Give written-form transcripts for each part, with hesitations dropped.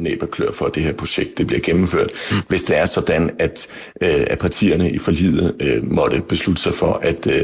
næb og klør for, at det her projekt det bliver gennemført. Hvis det er sådan, at partierne i forliget måtte beslutte sig for,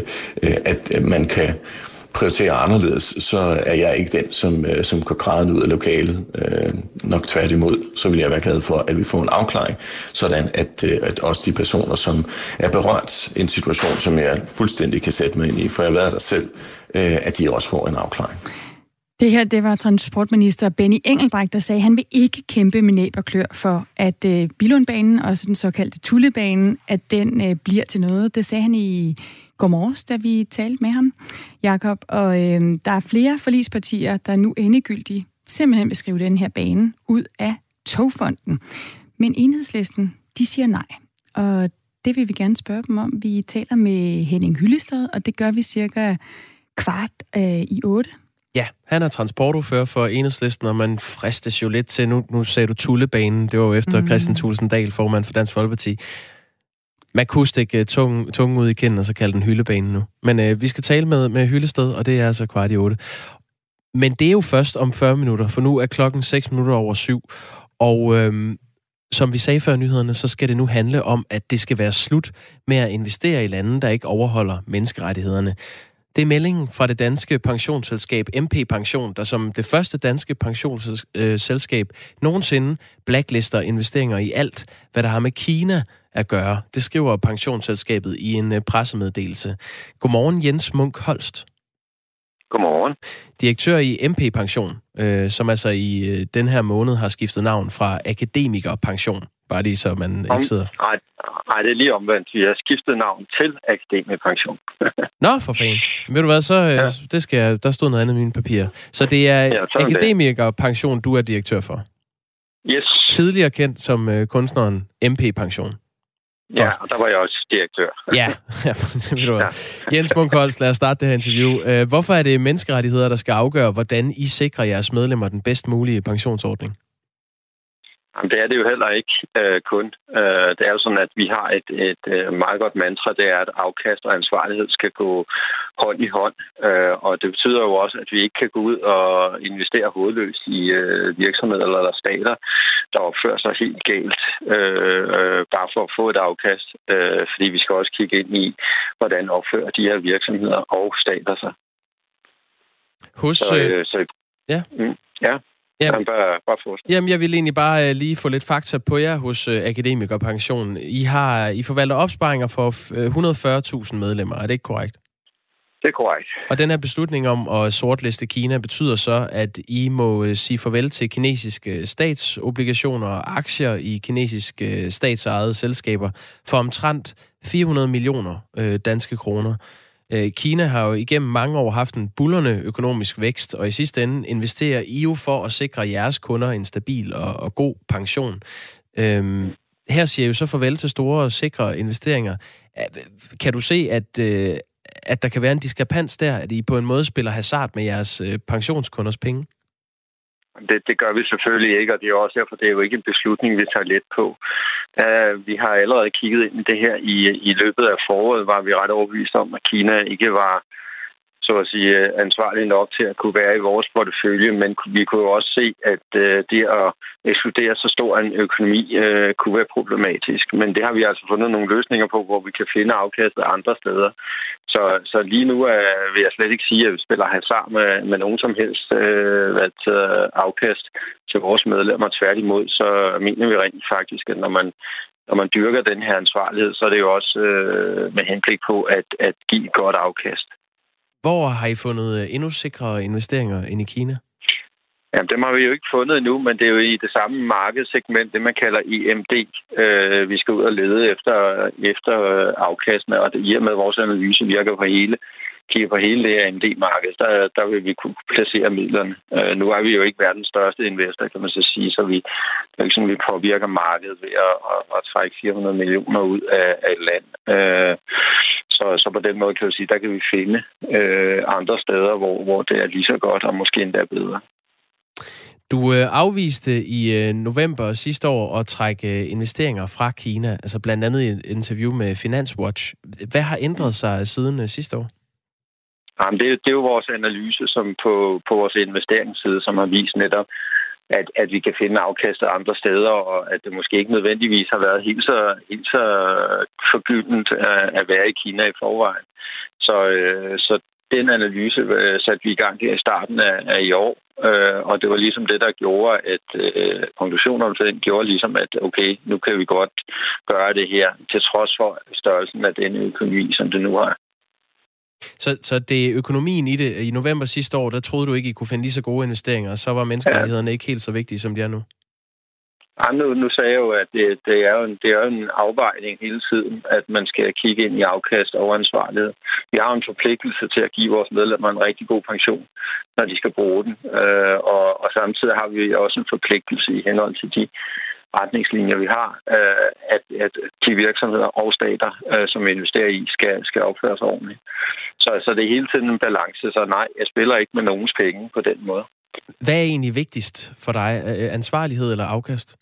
at man kan prioritere anderledes, så er jeg ikke den, som går græden ud af lokalet. Nok tværtimod, så vil jeg være glad for, at vi får en afklaring, sådan at også de personer, som er berørt i en situation, som jeg fuldstændig kan sætte mig ind i, for jeg har været der selv, at de også får en afklaring. Det her, det var transportminister Benny Engelbrecht, der sagde, at han vil ikke kæmpe med næb og klør for, at Billundbanen, også den såkaldte Tullebanen, at den bliver til noget. Det sagde han i Godmorges, da vi talte med ham, Jakob. Og der er flere forligspartier, der nu endegyldigt simpelthen vil skrive den her bane ud af Togfonden. Men Enhedslisten, de siger nej. Og det vil vi gerne spørge dem om. Vi taler med Henning Hyllested, og det gør vi cirka 7:15. Ja, han er transportordfører for Enhedslisten, og man fristes jo lidt til, nu sagde du Tullebanen, det var jo efter Christian Thulesen Dahl, formand for Dansk Folkeparti. Man kunne stikke tungen ud i kinden og så kalde den Hyllebanen nu. Men vi skal tale med Hyllested, og det er altså 7:15. Men det er jo først om 40 minutter, for nu er klokken 7:06. Og som vi sagde før nyhederne, så skal det nu handle om, at det skal være slut med at investere i lande, der ikke overholder menneskerettighederne. Det er meldingen fra det danske pensionsselskab MP Pension, der som det første danske pensionsselskab nogensinde blacklister investeringer i alt, hvad der har med Kina at gøre. Det skriver pensionsselskabet i en pressemeddelelse. Godmorgen, Jens Munk Holst. Godmorgen. Direktør i MP Pension, som altså i den her måned har skiftet navn fra Akademiker Pension. Bare lige så man ikke sidder... Nej, det er lige omvendt. Vi har skiftet navn til Akademiker Pension. Nå, for fanden. Ved du hvad, så ja. Der stod noget andet i mine papirer. Så det er Akademiker Pension, du er direktør for? Yes. Tidligere kendt som kunstneren MP Pension. Ja, og der var jeg også direktør. Ja, ved du hvad. Jens Munk Holst, lad os starte det her interview. Hvorfor er det menneskerettigheder, der skal afgøre, hvordan I sikrer jeres medlemmer den bedst mulige pensionsordning? Jamen, det er det jo heller ikke kun. Det er jo sådan, at vi har et meget godt mantra, det er, at afkast og ansvarlighed skal gå hånd i hånd. Og det betyder jo også, at vi ikke kan gå ud og investere hovedløst i virksomheder eller stater, der opfører sig helt galt, bare for at få et afkast. Fordi vi skal også kigge ind i, hvordan opfører de her virksomheder og stater sig. Ja. Jamen, jeg vil egentlig bare lige få lidt fakta på jer hos Akademiker Pension. I forvalter opsparinger for 140.000 medlemmer, er det ikke korrekt? Det er korrekt. Og den her beslutning om at sortliste Kina betyder så, at I må sige farvel til kinesiske statsobligationer og aktier i kinesiske statsejede selskaber for omtrent 400 millioner danske kroner. Kina har jo igennem mange år haft en buldrende økonomisk vækst, og i sidste ende investerer I jo for at sikre jeres kunder en stabil og god pension. Her siger I jo så farvel til store og sikre investeringer. Kan du se, at der kan være en diskrepans der, at I på en måde spiller hasard med jeres pensionskunders penge? Det gør vi selvfølgelig ikke, og det er også derfor, det er jo ikke en beslutning, vi tager let på. Vi har allerede kigget ind i det her i løbet af foråret, var vi ret overbevist om, at Kina ikke var så at sige ansvarlig nok til at kunne være i vores portefølje, men vi kunne jo også se, at det at ekskludere så stor en økonomi kunne være problematisk. Men det har vi altså fundet nogle løsninger på, hvor vi kan finde afkastet andre steder. Så lige nu vil jeg slet ikke sige, at vi spiller hasard med nogen som helst afkast til vores medlemmer. Tværtimod, så mener vi rent faktisk, at når man dyrker den her ansvarlighed, så er det jo også med henblik på at give et godt afkast. Hvor har I fundet endnu sikrere investeringer end i Kina? Jamen, dem har vi jo ikke fundet endnu, men det er jo i det samme markedssegment, det man kalder EMD. Vi skal ud og lede efter afkastene, og i og med vores analyse kigger på hele det EMD-marked, der vil vi kunne placere midlerne. Nu er vi jo ikke verdens største investor, kan man så sige, så det er ikke sådan, vi påvirker markedet ved at trække 400 millioner ud af et land. Så på den måde kan jeg sige, der kan vi finde andre steder, hvor det er lige så godt og måske endda bedre. Du afviste i november sidste år at trække investeringer fra Kina, altså blandt andet i et interview med Finanswatch. Hvad har ændret sig siden sidste år? Jamen, det er jo vores analyse som på vores investeringsside, som har vist netop, at vi kan finde afkastet andre steder, og at det måske ikke nødvendigvis har været helt så forgyldent at være i Kina i forvejen. Så den analyse satte vi i gang i starten af i år, og det var ligesom det, der gjorde, at konklusionerne for den gjorde ligesom, at okay, nu kan vi godt gøre det her, til trods for størrelsen af den økonomi, som det nu har. Så det er økonomien i det. I november sidste år, der troede du ikke, I kunne finde lige så gode investeringer, og så var menneskerettighederne ikke helt så vigtige, som de er nu? Nu sagde jeg jo, at det er jo en afvejning hele tiden, at man skal kigge ind i afkast og ansvarlighed. Vi har en forpligtelse til at give vores medlemmer en rigtig god pension, når de skal bruge den. Og samtidig har vi også en forpligtelse i henhold til de retningslinjer, vi har, at de virksomheder og stater, som vi investerer i, skal opføre sig ordentligt. Så det er hele tiden en balance. Så nej, jeg spiller ikke med nogens penge på den måde. Hvad er egentlig vigtigst for dig? Ansvarlighed eller afkast?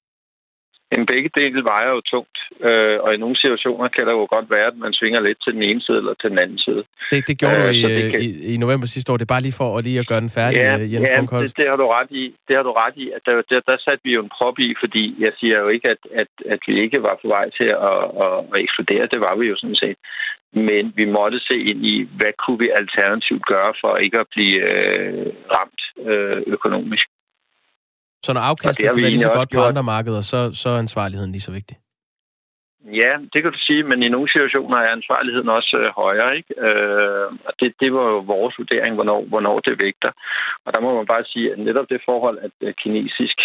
Begge dele vejer jo tungt, og i nogle situationer kan det jo godt være, at man svinger lidt til den ene side eller til den anden side. Det gjorde du i november sidste år. Det er bare lige for at gøre den færdig, Jens Munch-Holst. Det har du ret i. Det har du ret i. At der satte vi jo en prop i, fordi jeg siger jo ikke, at vi ikke var på vej til at eksplodere. Det var vi jo sådan set. Men vi måtte se ind i, hvad kunne vi alternativt gøre for ikke at blive ramt økonomisk. Så når afkastet kan være lige så godt på andre markeder, så er ansvarligheden lige så vigtig? Ja, det kan du sige, men i nogle situationer er ansvarligheden også højere, ikke? Og det var jo vores vurdering, hvornår det vægter. Og der må man bare sige, at netop det forhold, at kinesisk,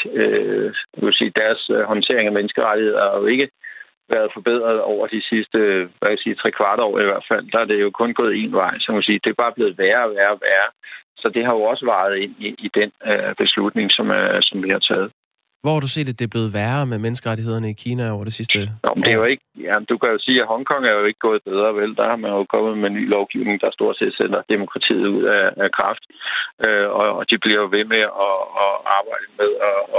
deres håndtering af menneskerettigheder er jo ikke været forbedret over de sidste, 3/4 år i hvert fald. Der er det jo kun gået en vej, så man sige, det er bare blevet værre og værre og værre. Så det har jo også varet ind i den beslutning, som vi har taget. Hvor har du set, at det er blevet værre med menneskerettighederne i Kina over det sidste år? Det er jo ikke, du kan jo sige, at Hongkong er jo ikke gået bedre, vel? Der har man jo kommet med ny lovgivning, der stort set sætter demokratiet ud af kraft. Og de bliver jo ved med at arbejde med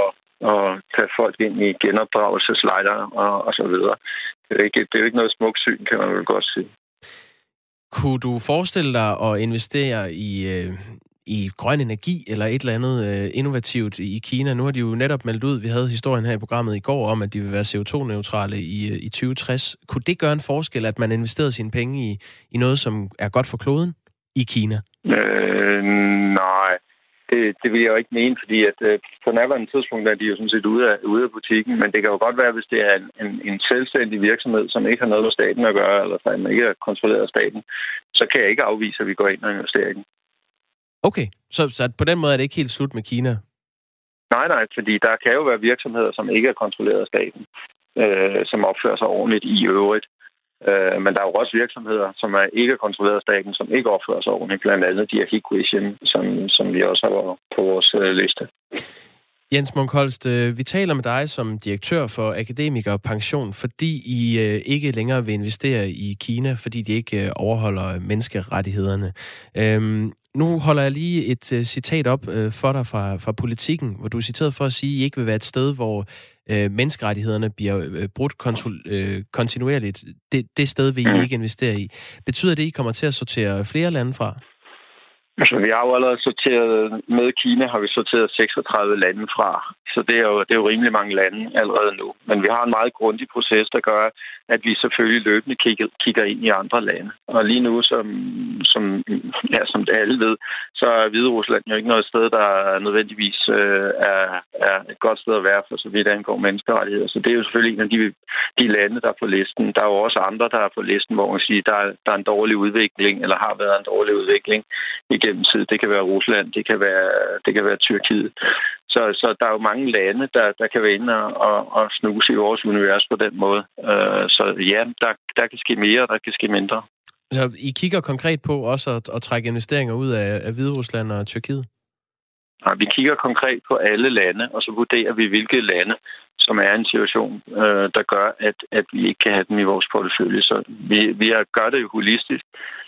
og tage folk ind i genopdragelseslejre og så videre. Det er jo ikke noget smukt syn, kan man vel godt sige. Kunne du forestille dig at investere i grøn energi eller et eller andet innovativt i Kina? Nu har de jo netop meldt ud, vi havde historien her i programmet i går om, at de vil være CO2-neutrale i 2060. Kunne det gøre en forskel, at man investerede sine penge i noget, som er godt for kloden i Kina? Nej, det vil jeg jo ikke mene, fordi at på nærværende tidspunkt er de jo sådan set ude af butikken, men det kan jo godt være, hvis det er en selvstændig virksomhed, som ikke har noget med staten at gøre, eller som ikke er kontrolleret af staten, så kan jeg ikke afvise, at vi går ind og investerer i den. Okay, så på den måde er det ikke helt slut med Kina? Nej, fordi der kan jo være virksomheder, som ikke er kontrolleret af staten, som opfører sig ordentligt i øvrigt. Men der er jo også virksomheder, som ikke er kontrolleret af staten, som ikke opfører sig ordentligt, blandt andet de her Hikvision, som vi også har på vores liste. Jens Munch-Holst, vi taler med dig som direktør for Akademikerpension, fordi I ikke længere vil investere i Kina, fordi de ikke overholder menneskerettighederne. Nu holder jeg lige et citat op for dig fra Politikken, hvor du er citeret for at sige, at I ikke vil være et sted, hvor menneskerettighederne bliver brudt kontinuerligt. Det sted vil I ikke investere i. Betyder det, at I kommer til at sortere flere lande fra? Altså, vi har jo allerede sorteret, med Kina har vi sorteret 36 lande fra, så det er jo rimelig mange lande allerede nu. Men vi har en meget grundig proces, der gør, at vi selvfølgelig løbende kigger ind i andre lande. Og lige nu, som alle ved, så er Hviderusland jo ikke noget sted, der nødvendigvis er et godt sted at være for, så vidt angår menneskerettigheder. Så det er jo selvfølgelig en af de lande, der er på listen. Der er jo også andre, der er på listen, hvor man siger, der er en dårlig udvikling, eller har været en dårlig udvikling igennem tid. Det kan være Rusland, det kan være Tyrkiet. Så der er jo mange lande, der kan være inde og snuse i vores univers på den måde. Så ja, der kan ske mere, og der kan ske mindre. Så I kigger konkret på også at trække investeringer ud af Hviderusland og Tyrkiet? Ja, vi kigger konkret på alle lande, og så vurderer vi, hvilke lande, som er en situation, der gør, at vi ikke kan have dem i vores portefølje. Så vi gør det jo holistisk.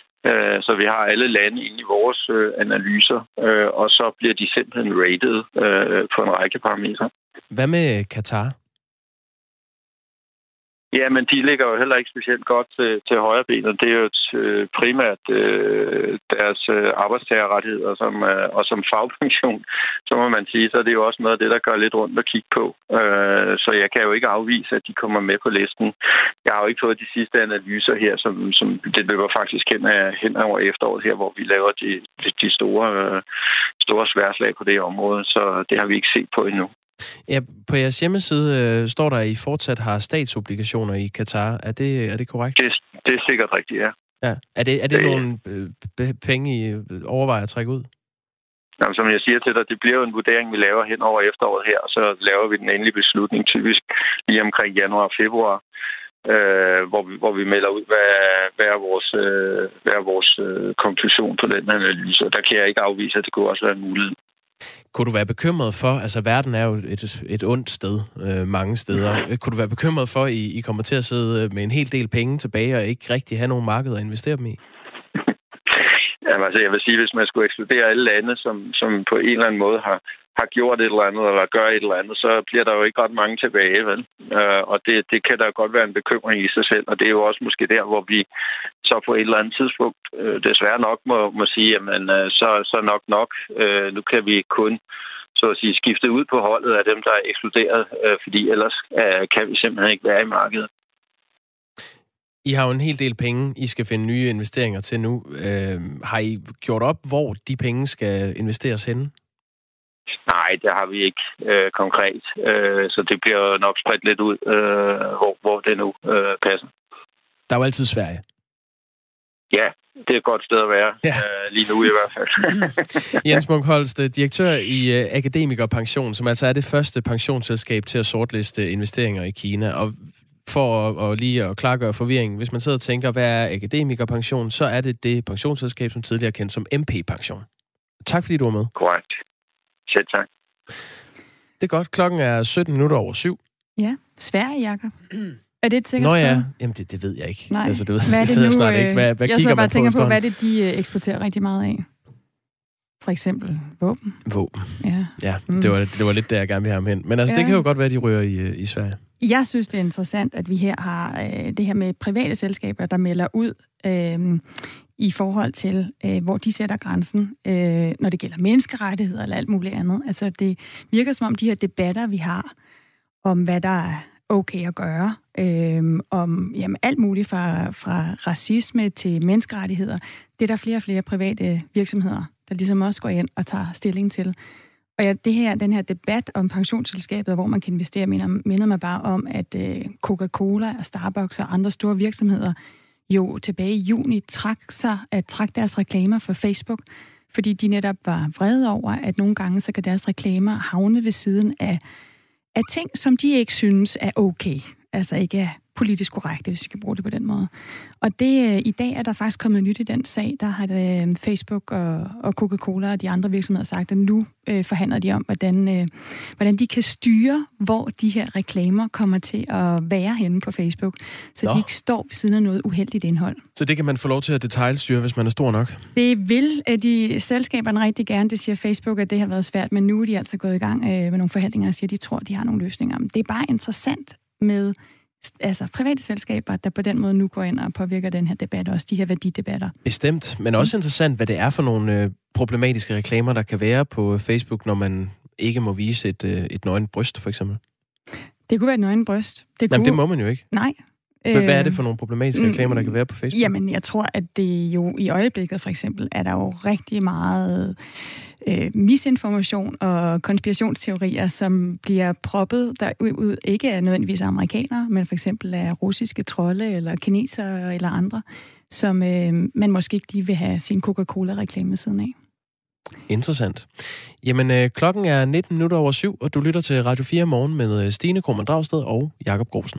Så vi har alle lande inde i vores analyser, og så bliver de simpelthen rated på en række parametre. Hvad med Katar? Ja, men de ligger jo heller ikke specielt godt til højrebenet. Det er jo primært deres arbejdstagerrettigheder og som fagpension, så må man sige. Så det er jo også noget af det, der gør lidt rundt at kigge på. Så jeg kan jo ikke afvise, at de kommer med på listen. Jeg har jo ikke fået de sidste analyser her, som det løber faktisk hen over efteråret her, hvor vi laver de store sværslag på det område. Så det har vi ikke set på endnu. Ja, på jeres hjemmeside står der, at I fortsat har statsobligationer i Katar. Er det korrekt? Det er sikkert rigtigt, ja. Ja. Er det nogle penge, I overvejer at trække ud? Jamen, som jeg siger til dig, det bliver jo en vurdering, vi laver hen over efteråret her, og så laver vi den endelige beslutning typisk lige omkring januar og februar, hvor vi melder ud, hvad er vores konklusion på den analyse. Og der kan jeg ikke afvise, at det kunne også være en mulighed. Kunne du være bekymret for, altså verden er jo et ondt sted mange steder, kunne du være bekymret for, at I kommer til at sidde med en hel del penge tilbage og ikke rigtig have nogen markeder at investere dem i? Jamen, altså, jeg vil sige, hvis man skulle ekskludere alle lande, som på en eller anden måde har gjort et eller andet, eller gør et eller andet, så bliver der jo ikke ret mange tilbage, vel? Og det kan da godt være en bekymring i sig selv, og det er jo også måske der, hvor vi så på et eller andet tidspunkt desværre nok må sige, jamen, så nok. Nu kan vi kun, så at sige, skifte ud på holdet af dem, der er ekskluderet, fordi ellers kan vi simpelthen ikke være i markedet. I har jo en hel del penge, I skal finde nye investeringer til nu. Har I gjort op, hvor de penge skal investeres henne? Nej, det har vi ikke konkret. Så det bliver nok spredt lidt ud, hvor det nu passer. Der er jo altid Sverige. Ja, det er et godt sted at være, lige nu i hvert fald. Jens Munk Holst, direktør i Akademikerpension, som altså er det første pensionsselskab til at sortliste investeringer i Kina. Og for at lige at klargøre forvirringen, hvis man sidder og tænker, hvad er Akademikerpension, så er det pensionsselskab, som tidligere er kendt som MP-pension. Tak fordi du var med. Korrekt. Selv tak. Det er godt. Klokken er 17:07. Ja, Sverige, Jakob. Er det et sikkert sted? Nå ja, sted? jamen det ved jeg ikke. Nej. Altså, det ved jeg jeg snart ikke. Hvad jeg kigger man på? Jeg tænker på, hvad det de eksporterer rigtig meget af. For eksempel våben. Ja, det var lidt der, jeg gerne vil have ham hen. Men altså, det kan jo godt være, at de ryger i Sverige. Jeg synes, det er interessant, at vi her har det her med private selskaber, der melder ud i forhold til, hvor de sætter grænsen, når det gælder menneskerettigheder eller alt muligt andet. Altså, det virker som om de her debatter, vi har, om hvad der er okay at gøre, om alt muligt fra racisme til menneskerettigheder, det er der flere og flere private virksomheder, der ligesom også går ind og tager stilling til. Og den her debat om pensionsselskabet, hvor man kan investere, minder mig bare om, at Coca-Cola og Starbucks og andre store virksomheder jo tilbage i juni trak deres reklamer for Facebook, fordi de netop var vrede over, at nogle gange så kan deres reklamer havne ved siden af ting, som de ikke synes er okay. Altså ikke er politisk korrekte, hvis vi kan bruge det på den måde. Og i dag er der faktisk kommet nyt i den sag. Der har Facebook og Coca-Cola og de andre virksomheder sagt, at nu forhandler de om, hvordan de kan styre, hvor de her reklamer kommer til at være henne på Facebook, så de ikke står ved siden af noget uheldigt indhold. Så det kan man få lov til at detailstyre, hvis man er stor nok? Det vil de selskaberne rigtig gerne. Det siger Facebook, at det har været svært, men nu er de altså gået i gang med nogle forhandlinger og siger, at de tror, at de har nogle løsninger. Det er bare interessant med private selskaber, der på den måde nu går ind og påvirker den her debat, også de her værdidebatter. Bestemt, men også interessant, hvad det er for nogle problematiske reklamer, der kan være på Facebook, når man ikke må vise et nøgent bryst, for eksempel. Det kunne være et nøgent bryst. Det må man jo ikke. Nej. Hvad er det for nogle problematiske reklamer, der kan være på Facebook? Jamen, jeg tror, at det jo i øjeblikket, for eksempel, er der jo rigtig meget misinformation og konspirationsteorier, som bliver proppet derud, ikke af nødvendigvis amerikanere, men for eksempel af russiske trolde eller kinesere eller andre, som man måske ikke lige vil have sin Coca-Cola-reklame siden af. Interessant. Jamen, klokken er 19:07, og du lytter til Radio 4 Morgen med Stine Krohmann Dragsted og Jakob Grosen.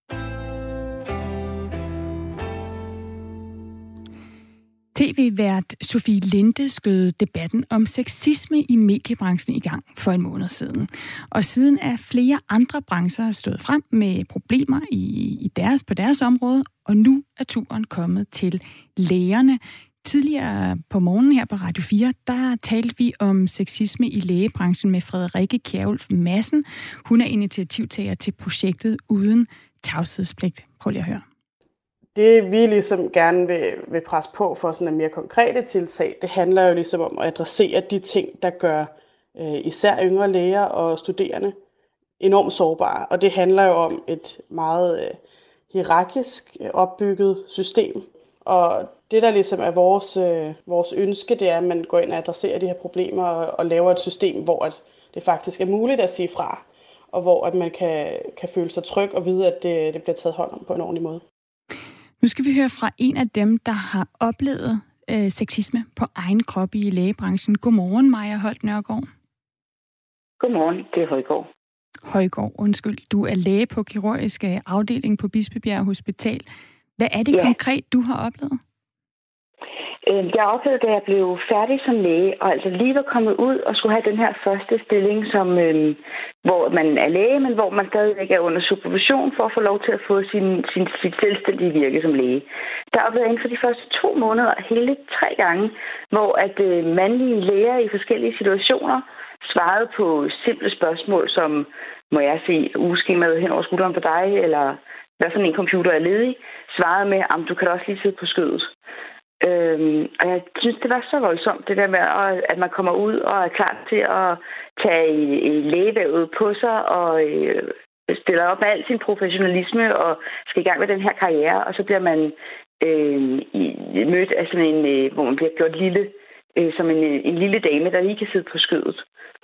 TV-vært Sofie Linde skød debatten om sexisme i mediebranchen i gang for en måned siden. Og siden er flere andre brancher stået frem med problemer på deres område, og nu er turen kommet til lægerne. Tidligere på morgenen her på Radio 4, der talte vi om sexisme i lægebranchen med Frederikke Kjærulf Madsen. Hun er initiativtager til projektet Uden tavshedspligt. Prøv lige at høre. Det vi ligesom gerne vil presse på for sådan en mere konkrete tiltag, det handler jo ligesom om at adressere de ting, der gør især yngre læger og studerende enormt sårbare. Og det handler jo om et meget hierarkisk opbygget system. Og det, der ligesom er vores ønske, det er, at man går ind og adresserer de her problemer og laver et system, hvor det faktisk er muligt at sige fra, og hvor at man kan føle sig tryg og vide, at det bliver taget hånd om på en ordentlig måde. Nu skal vi høre fra en af dem, der har oplevet sexisme på egen krop i lægebranchen. Godmorgen, Maja Holt Nørgaard. Godmorgen, det er Højgaard. Højgaard, undskyld. Du er læge på kirurgisk afdeling på Bispebjerg Hospital. Hvad er det konkret, du har oplevet? Jeg oplevede, da jeg blev færdig som læge, og altså lige var kommet ud og skulle have den her første stilling, hvor man er læge, men hvor man stadigvæk er under supervision for at få lov til at få sit selvstændige virke som læge. Der oplevede jeg inden for de første 2 måneder hele 3 gange, hvor at mandlige læger i forskellige situationer svarede på simple spørgsmål som, må jeg se ugeskemaet hen over skulderen på dig, eller hvad for en computer er ledig, svarede med, du kan da også lige sidde på skødet. Og jeg synes, det var så voldsomt, det der med, at man kommer ud og er klar til at tage lægevævet på sig og stiller op med al sin professionalisme og skal i gang med den her karriere, og så bliver man mødt af sådan en, hvor man bliver gjort lille, som en lille dame, der lige kan sidde på skødet.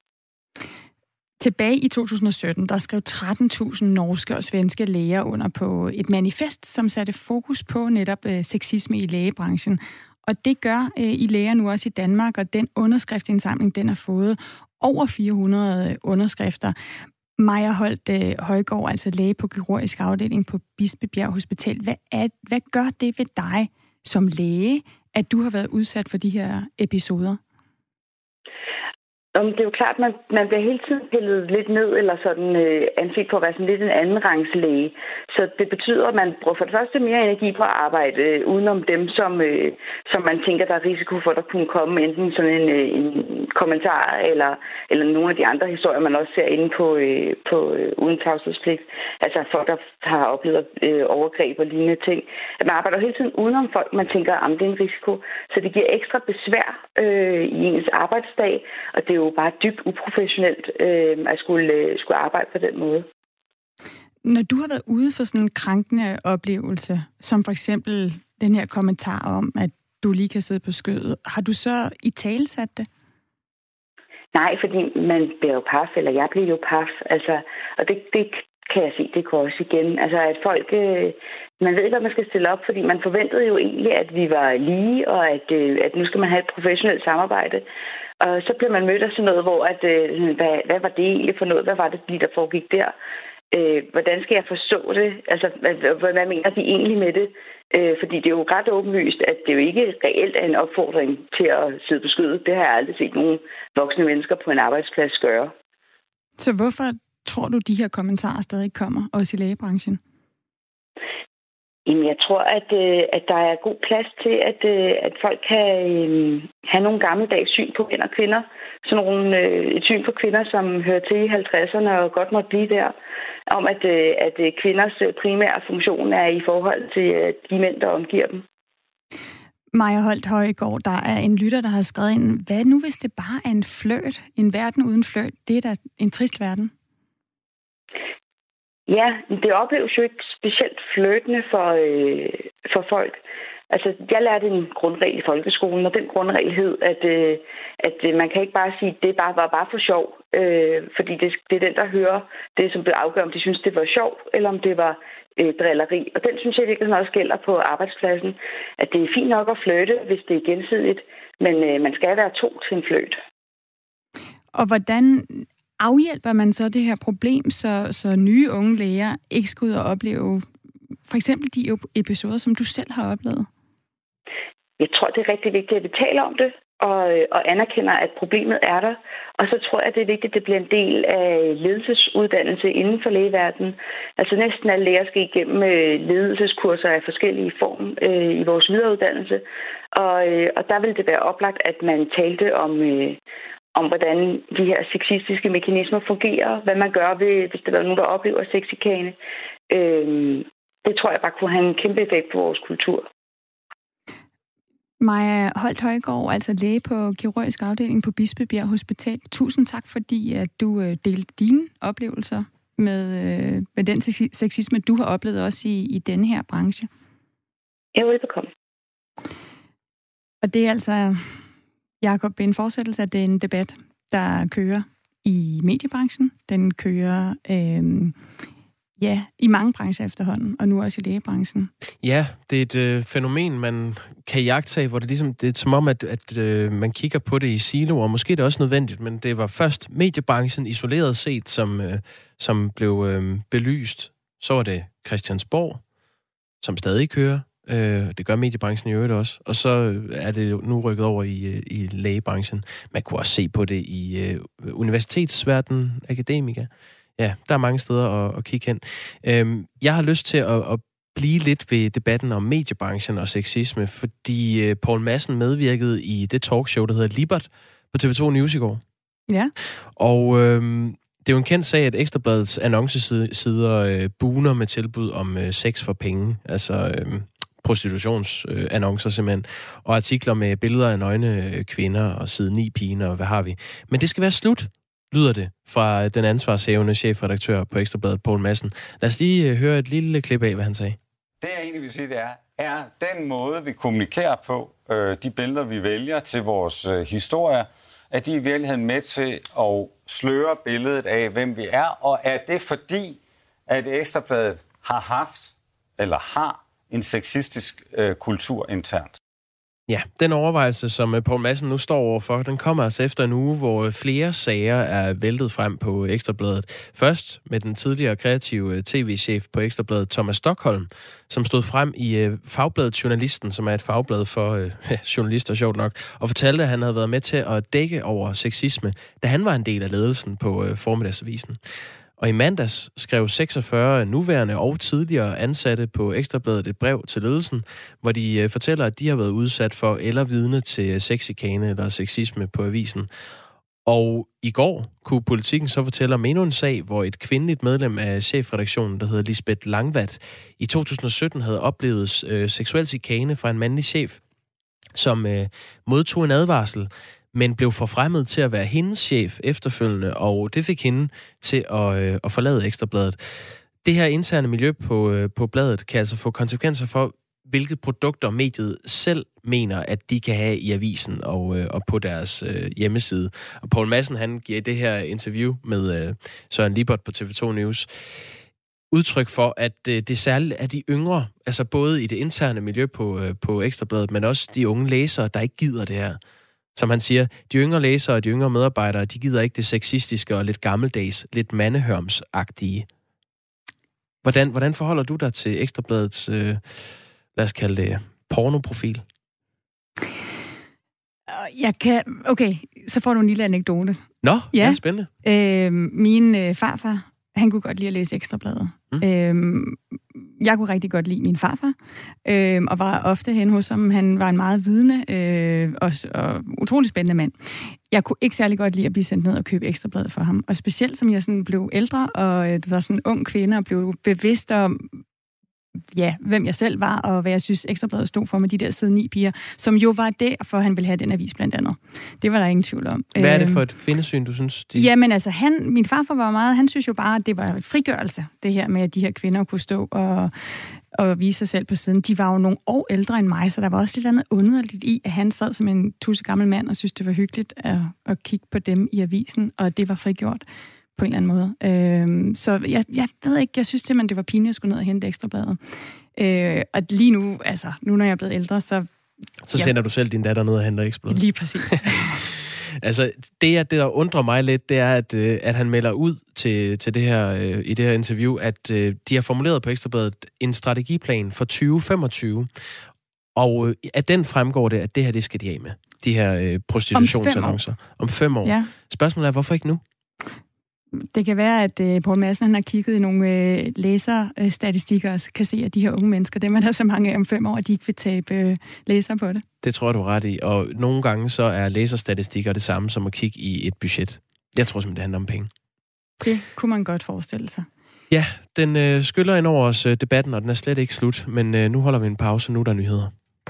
Tilbage i 2017, der skrev 13.000 norske og svenske læger under på et manifest, som satte fokus på netop sexisme i lægebranchen. Og det gør I læger nu også i Danmark, og den underskriftsindsamling, den har fået over 400 underskrifter. Maja Holt Højgaard, altså læge på kirurgisk afdeling på Bispebjerg Hospital. Hvad gør det ved dig som læge, at du har været udsat for de her episoder? Det er jo klart, at man bliver hele tiden pillet lidt ned, eller sådan anset på at være sådan lidt en anden rangs læge. Så det betyder, at man bruger for det første mere energi på at arbejde udenom dem, som man tænker, der er risiko for, at der kunne komme enten sådan en kommentar, eller nogle af de andre historier, man også ser inde på uden tavshedspligt. Altså folk, der har oplevet overgreb og lignende ting. At man arbejder hele tiden udenom folk, man tænker, at det er en risiko. Så det giver ekstra besvær i ens arbejdsdag, og det er jo bare dybt uprofessionelt at skulle arbejde på den måde. Når du har været ude for sådan en krænkende oplevelse, som for eksempel den her kommentar om, at du lige kan sidde på skødet, har du så italesat det? Nej, fordi man bliver jo paf, eller jeg bliver jo paf. Altså, og det kan jeg se, det går også igen. Altså, at folk, man ved ikke, hvad man skal stille op, fordi man forventede jo egentlig, at vi var lige, og at nu skal man have et professionelt samarbejde. Og så bliver man mødt af sådan noget, hvor hvad var det egentlig for noget? Hvad var det lige, der foregik der? Hvordan skal jeg forstå det? Altså, hvad mener de egentlig med det? Fordi det er jo ret åbenlyst, at det jo ikke reelt er en opfordring til at sidde på skødet. Det har jeg aldrig set nogen voksne mennesker på en arbejdsplads gøre. Så hvorfor tror du, de her kommentarer stadig kommer, også i lægebranchen? Jamen, jeg tror, at der er god plads til, at folk kan have nogle gammeldags syn på mænd og kvinder. Sådan et syn på kvinder, som hører til i 50'erne og godt måtte blive der. Om at kvinders primære funktion er i forhold til de mænd, der omgiver dem. Maja Holt Højgaard, der er en lytter, der har skrevet ind, hvad nu hvis det bare er en flirt? En verden uden flirt, det er da en trist verden. Ja, det opleves jo ikke specielt flirtende for folk. Altså, jeg lærte en grundregel i folkeskolen, og den grundregel hed, at man kan ikke bare sige, at det var bare for sjov. Fordi det er den, der hører det, som blev afgjort, om de synes, det var sjov, eller om det var drilleri. Og den synes jeg virkelig også gælder på arbejdspladsen, at det er fint nok at flirte, hvis det er gensidigt, men man skal være to til en flirt. Og hvordan afhjælper man så det her problem, så nye unge læger ikke skal ud og opleve for eksempel de episoder, som du selv har oplevet? Jeg tror, det er rigtig vigtigt, at vi taler om det og anerkender, at problemet er der. Og så tror jeg, det er vigtigt, at det bliver en del af ledelsesuddannelse inden for lægeverdenen. Altså næsten alle læger skal igennem ledelseskurser af forskellige form i vores videreuddannelse. Og der vil det være oplagt, at man talte om hvordan de her sexistiske mekanismer fungerer, hvad man gør, hvis der er nogen, der oplever sexchikane, Det tror jeg bare kunne have en kæmpe effekt på vores kultur. Maja Holt Højgaard, altså læge på kirurgisk afdeling på Bispebjerg Hospital. Tusind tak, fordi at du delte dine oplevelser med den sexisme, du har oplevet også i denne her branche. Jeg er velbekomme. Og det er altså, Jakob, en fortsættelse af den debat, der kører i mediebranchen. Den kører i mange brancher efterhånden, og nu også i lægebranchen. Ja, det er et fænomen, man kan iagttage, hvor det er som om, at man kigger på det i siloer, og måske er det også nødvendigt, men det var først mediebranchen isoleret set, som blev belyst. Så var det Christiansborg, som stadig kører. Det gør mediebranchen i øvrigt også. Og så er det nu rykket over i lægebranchen. Man kunne også se på det i universitetsverdenen, akademikere. Ja, der er mange steder at kigge hen. Jeg har lyst til at blive lidt ved debatten om mediebranchen og sexisme, fordi Poul Madsen medvirkede i det talkshow, der hedder Libert på TV2 News i går. Ja. Og det er jo en kendt sag, at Ekstra Bladets annoncesider buner med tilbud om sex for penge. Altså prostitutionsannoncer simpelthen. Og artikler med billeder af nøgne kvinder og side 9 piger og hvad har vi. Men det skal være slut, lyder det fra den ansvarshævende chefredaktør på Ekstra Bladet, Poul Madsen. Lad os lige høre et lille klip af, hvad han sagde. Det jeg egentlig vil sige, det er den måde, vi kommunikerer på, de billeder, vi vælger til vores historier, at de i virkeligheden med til at sløre billedet af, hvem vi er, og er det fordi, at Ekstra Bladet har haft, eller har, en sexistisk kultur internt? Ja, den overvejelse, som Poul Madsen nu står overfor, den kommer altså efter en uge, hvor flere sager er væltet frem på Ekstra Bladet. Først med den tidligere kreative tv-chef på Ekstra Bladet, Thomas Stockholm, som stod frem i fagbladet Journalisten, som er et fagblad for journalister, sjovt nok, og fortalte, at han havde været med til at dække over sexisme, da han var en del af ledelsen på Formiddagsavisen. Og i mandags skrev 46 nuværende og tidligere ansatte på Ekstra Bladet et brev til ledelsen, hvor de fortæller, at de har været udsat for eller vidne til sexchikane eller sexisme på avisen. Og i går kunne Politikken så fortælle om endnu en sag, hvor et kvindeligt medlem af chefredaktionen, der hedder Lisbeth Langvat, i 2017 havde oplevet seksuel chikane fra en mandlig chef, som modtog en advarsel, men blev forfremmet til at være hendes chef efterfølgende, og det fik hende til at forlade Ekstra Bladet. Det her interne miljø på bladet kan altså få konsekvenser for, hvilke produkter mediet selv mener, at de kan have i avisen og på deres hjemmeside. Og Poul Madsen, han giver det her interview med Søren Libert på TV2 News udtryk for, at det særligt er de yngre, altså både i det interne miljø på Ekstra Bladet, men også de unge læsere, der ikke gider det her. Som han siger, de yngre læsere og de yngre medarbejdere, de gider ikke det sexistiske og lidt gammeldags, lidt mandehørmsagtige. Hvordan forholder du dig til Ekstra Bladets, lad os kalde det, pornoprofil? Okay, så får du en lille anekdote. Nå, ja, spændende. Min farfar, han kunne godt lide at læse Ekstra Bladet. Jeg kunne rigtig godt lide min farfar, og var ofte hen hos ham. Han var en meget vidende og utrolig spændende mand. Jeg kunne ikke særlig godt lide at blive sendt ned og købe Ekstra Bladet for ham. Og specielt som jeg sådan blev ældre, og var sådan en ung kvinde, og blev bevidst om, hvem jeg selv var, og hvad jeg synes Ekstra Bladet stod for med de der side 9 piger, som jo var det, for han ville have den avis blandt andet. Det var der ingen tvivl om. Hvad er det for et kvindesyn, du synes? Jamen altså, min farfar var meget, han synes jo bare, at det var et frigørelse, det her med, at de her kvinder kunne stå og vise sig selv på siden. De var jo nogle år ældre end mig, så der var også lidt andet underligt i, at han sad som en tusse gammel mand og synes, det var hyggeligt at kigge på dem i avisen, og det var frigjort på en eller anden måde. Så jeg ved ikke, jeg synes simpelthen, det var pinligt at skulle ned og hente Ekstra Bladet. Og lige nu, altså, nu når jeg er blevet ældre, så sender du selv din datter ned og henter Ekstra Bladet. Lige præcis. Altså, det der undrer mig lidt, det er, at han melder ud til det her, i det her interview, at de har formuleret på Ekstra Bladet en strategiplan for 2025, og at den fremgår det, at det her, det skal de af med. De her prostitutionsannoncer. Om 5 år. Ja. Spørgsmålet er, hvorfor ikke nu? Det kan være, at Poul Madsen han har kigget i nogle læserstatistikker og kan se, at de her unge mennesker, dem er der så mange af om 5 år, at de ikke vil tabe læser på det. Det tror jeg, du er ret i. Og nogle gange så er læserstatistikker det samme som at kigge i et budget. Jeg tror simpelthen, det handler om penge. Det kunne man godt forestille sig. Ja, den skyller ind over os debatten, og den er slet ikke slut. Men nu holder vi en pause, nu er der nyheder.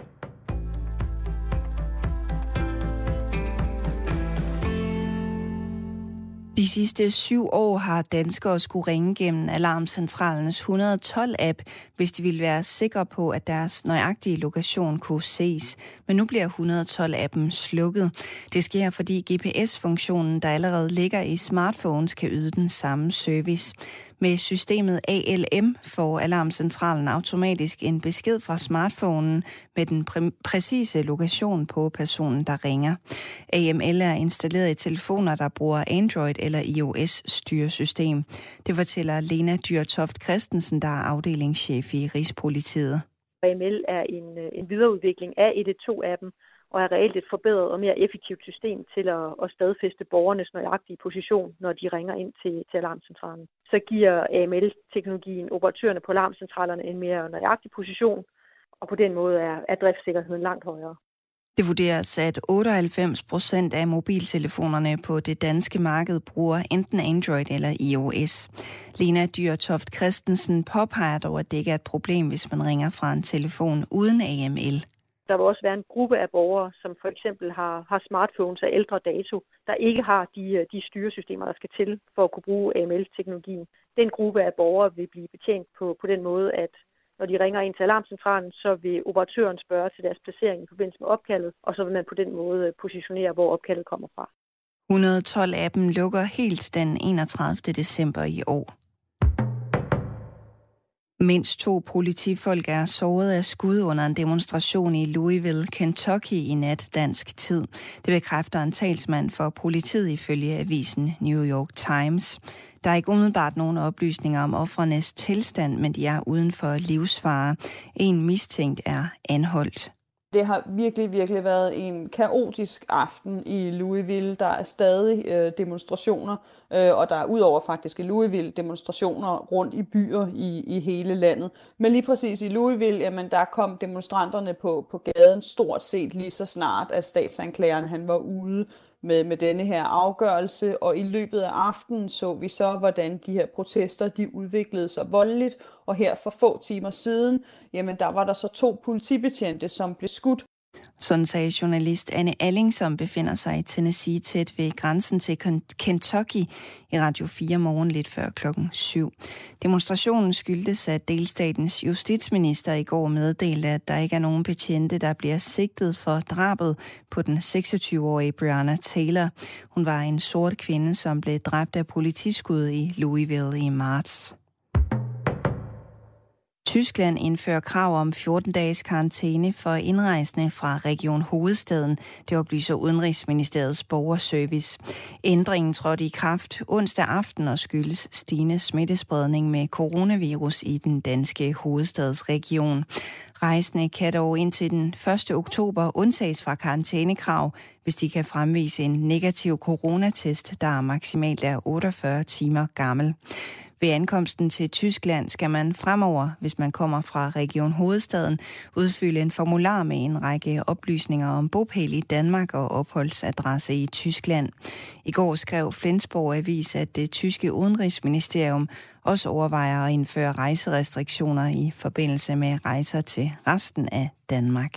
De sidste 7 år har danskere skulle ringe gennem Alarmcentralens 112-app, hvis de ville være sikre på, at deres nøjagtige lokation kunne ses. Men nu bliver 112-appen slukket. Det sker, fordi GPS-funktionen, der allerede ligger i smartphones, kan yde den samme service. Med systemet ALM får Alarmcentralen automatisk en besked fra smartphonen med den præcise lokation på personen, der ringer. AML er installeret i telefoner, der bruger Android eller iOS-styresystem. Det fortæller Lena Dyrtoft Christensen, der er afdelingschef i Rigspolitiet. AML er en videreudvikling af 112-appen og er reelt et forbedret og mere effektivt system til at stadfæste borgernes nøjagtige position, når de ringer ind til alarmcentralen. Så giver AML-teknologien operatørerne på alarmcentralerne en mere nøjagtig position, og på den måde er driftssikkerheden langt højere. Det vurderes, at 98% af mobiltelefonerne på det danske marked bruger enten Android eller iOS. Lena Dyrtoft Christensen påpeger dog, at det ikke er et problem, hvis man ringer fra en telefon uden AML. Der vil også være en gruppe af borgere, som for eksempel har smartphones af ældre dato, der ikke har de styresystemer, der skal til for at kunne bruge AML-teknologien. Den gruppe af borgere vil blive betjent på den måde, at når de ringer ind til alarmcentralen, så vil operatøren spørge til deres placering i forbindelse med opkaldet, og så vil man på den måde positionere, hvor opkaldet kommer fra. 112-appen lukker helt den 31. december i år. Mindst 2 politifolk er såret af skud under en demonstration i Louisville, Kentucky i nat dansk tid. Det bekræfter en talsmand for politiet ifølge avisen New York Times. Der er ikke umiddelbart nogen oplysninger om ofrenes tilstand, men de er uden for livsfare. En mistænkt er anholdt. Det har virkelig været en kaotisk aften i Louisville. Der er stadig demonstrationer, og der er udover faktisk i Louisville demonstrationer rundt i byer i hele landet. Men lige præcis i Louisville, jamen, der kom demonstranterne på gaden stort set lige så snart, at statsanklageren han var ude med denne her afgørelse, og i løbet af aftenen så vi så, hvordan de her protester de udviklede sig voldeligt, og her for få timer siden, jamen der var der så 2 politibetjente, som blev skudt. Sådan sagde journalist Anne Alling, som befinder sig i Tennessee tæt ved grænsen til Kentucky i Radio 4 morgen lidt før 7:00. Demonstrationen skyldtes, at delstatens justitsminister i går meddelte, at der ikke er nogen betjente, der bliver sigtet for drabet på den 26-årige Breonna Taylor. Hun var en sort kvinde, som blev dræbt af politiskud i Louisville i marts. Tyskland indfører krav om 14 dages karantæne for indrejsende fra Region Hovedstaden, det oplyser Udenrigsministeriets borgerservice. Ændringen trådte i kraft onsdag aften og skyldes stigende smittespredning med coronavirus i den danske hovedstadsregion. Rejsende kan dog indtil den 1. oktober undtages fra karantænekrav, hvis de kan fremvise en negativ coronatest, der maksimalt er 48 timer gammel. Ved ankomsten til Tyskland skal man fremover, hvis man kommer fra Region Hovedstaden, udfylde en formular med en række oplysninger om bopæl i Danmark og opholdsadresse i Tyskland. I går skrev Flensborg Avis, at det tyske udenrigsministerium også overvejer at indføre rejserestriktioner i forbindelse med rejser til resten af Danmark.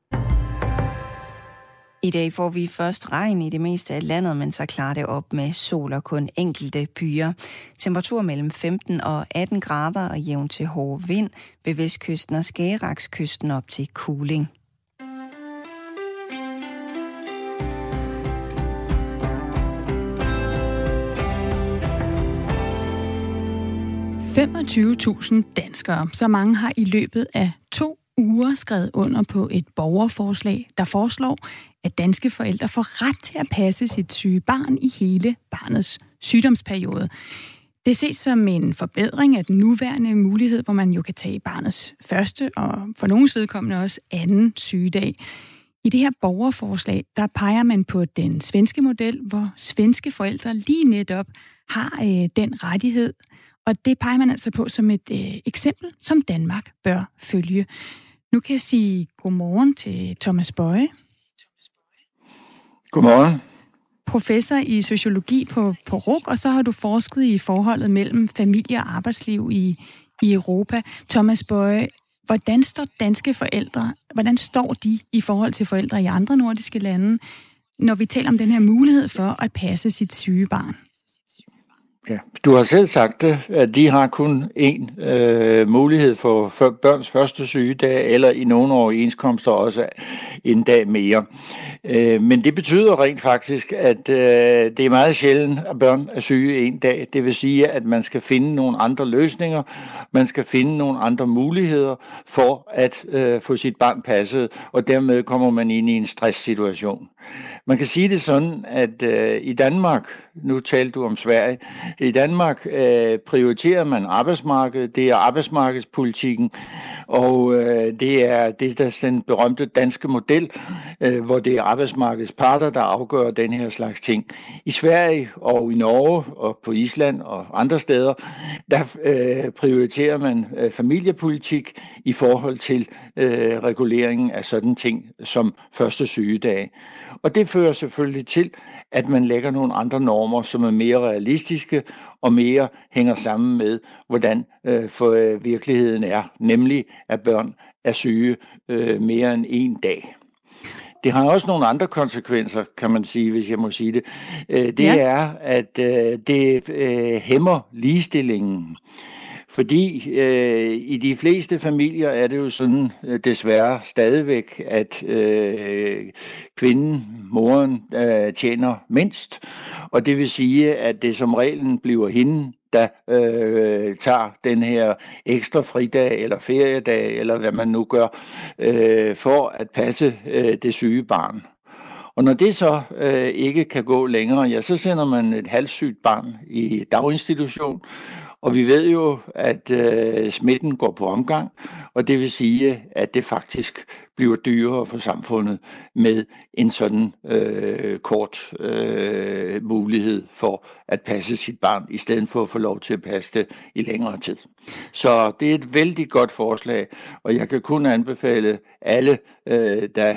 I dag får vi først regn i det meste af landet, men så klarer det op med sol og kun enkelte byer. Temperatur mellem 15 og 18 grader og jævn til hård vind ved vestkysten og Skagerakskysten op til kuling. $25.000 danskere, så mange har i løbet af 2 uger skrevet under på et borgerforslag, der foreslår, at danske forældre får ret til at passe sit syge barn i hele barnets sygdomsperiode. Det ses som en forbedring af den nuværende mulighed, hvor man jo kan tage barnets første og for nogens vedkommende også anden sygedag. I det her borgerforslag, der peger man på den svenske model, hvor svenske forældre lige netop har den rettighed, og det peger man altså på som et eksempel, som Danmark bør følge. Nu kan jeg sige godmorgen til Thomas Bøje. Godmorgen. professor i sociologi på RUC, og så har du forsket i forholdet mellem familie og arbejdsliv i Europa. Thomas Boye, hvordan står danske forældre, hvordan står de i forhold til forældre i andre nordiske lande, når vi taler om den her mulighed for at passe sit syge barn? Ja, du har selv sagt det, at de har kun én mulighed for børns første sygedag, eller i nogle overenskomster også en dag mere. Men det betyder rent faktisk, at det er meget sjældent, at børn er syge en dag. Det vil sige, at man skal finde nogle andre løsninger, man skal finde nogle andre muligheder for at få sit barn passet, og dermed kommer man ind i en stresssituation. Man kan sige det sådan, at i Danmark, nu talte du om Sverige, i Danmark prioriterer man arbejdsmarkedet, det er arbejdsmarkedspolitikken, og det er den berømte danske model, hvor det er arbejdsmarkedets parter, der afgør den her slags ting. I Sverige og i Norge og på Island og andre steder, der prioriterer man familiepolitik i forhold til reguleringen af sådan ting som første sygedag. Og det fører selvfølgelig til, at man lægger nogle andre normer, som er mere realistiske og mere hænger sammen med, hvordan virkeligheden er, nemlig at børn er syge mere end en dag. Det har også nogle andre konsekvenser, kan man sige, hvis jeg må sige det. Det er, at det hæmmer ligestillingen. Fordi i de fleste familier er det jo sådan desværre stadigvæk, at kvinden, moren, tjener mindst. Og det vil sige, at det som reglen bliver hende, der tager den her ekstra fridag eller feriedag, eller hvad man nu gør, for at passe det syge barn. Og når det så ikke kan gå længere, ja, så sender man et halvsygt barn i daginstitution. Og vi ved jo, at smitten går på omgang, og det vil sige, at det faktisk bliver dyrere for samfundet med en sådan kort mulighed for at passe sit barn, i stedet for at få lov til at passe det i længere tid. Så det er et vældig godt forslag, og jeg kan kun anbefale alle, der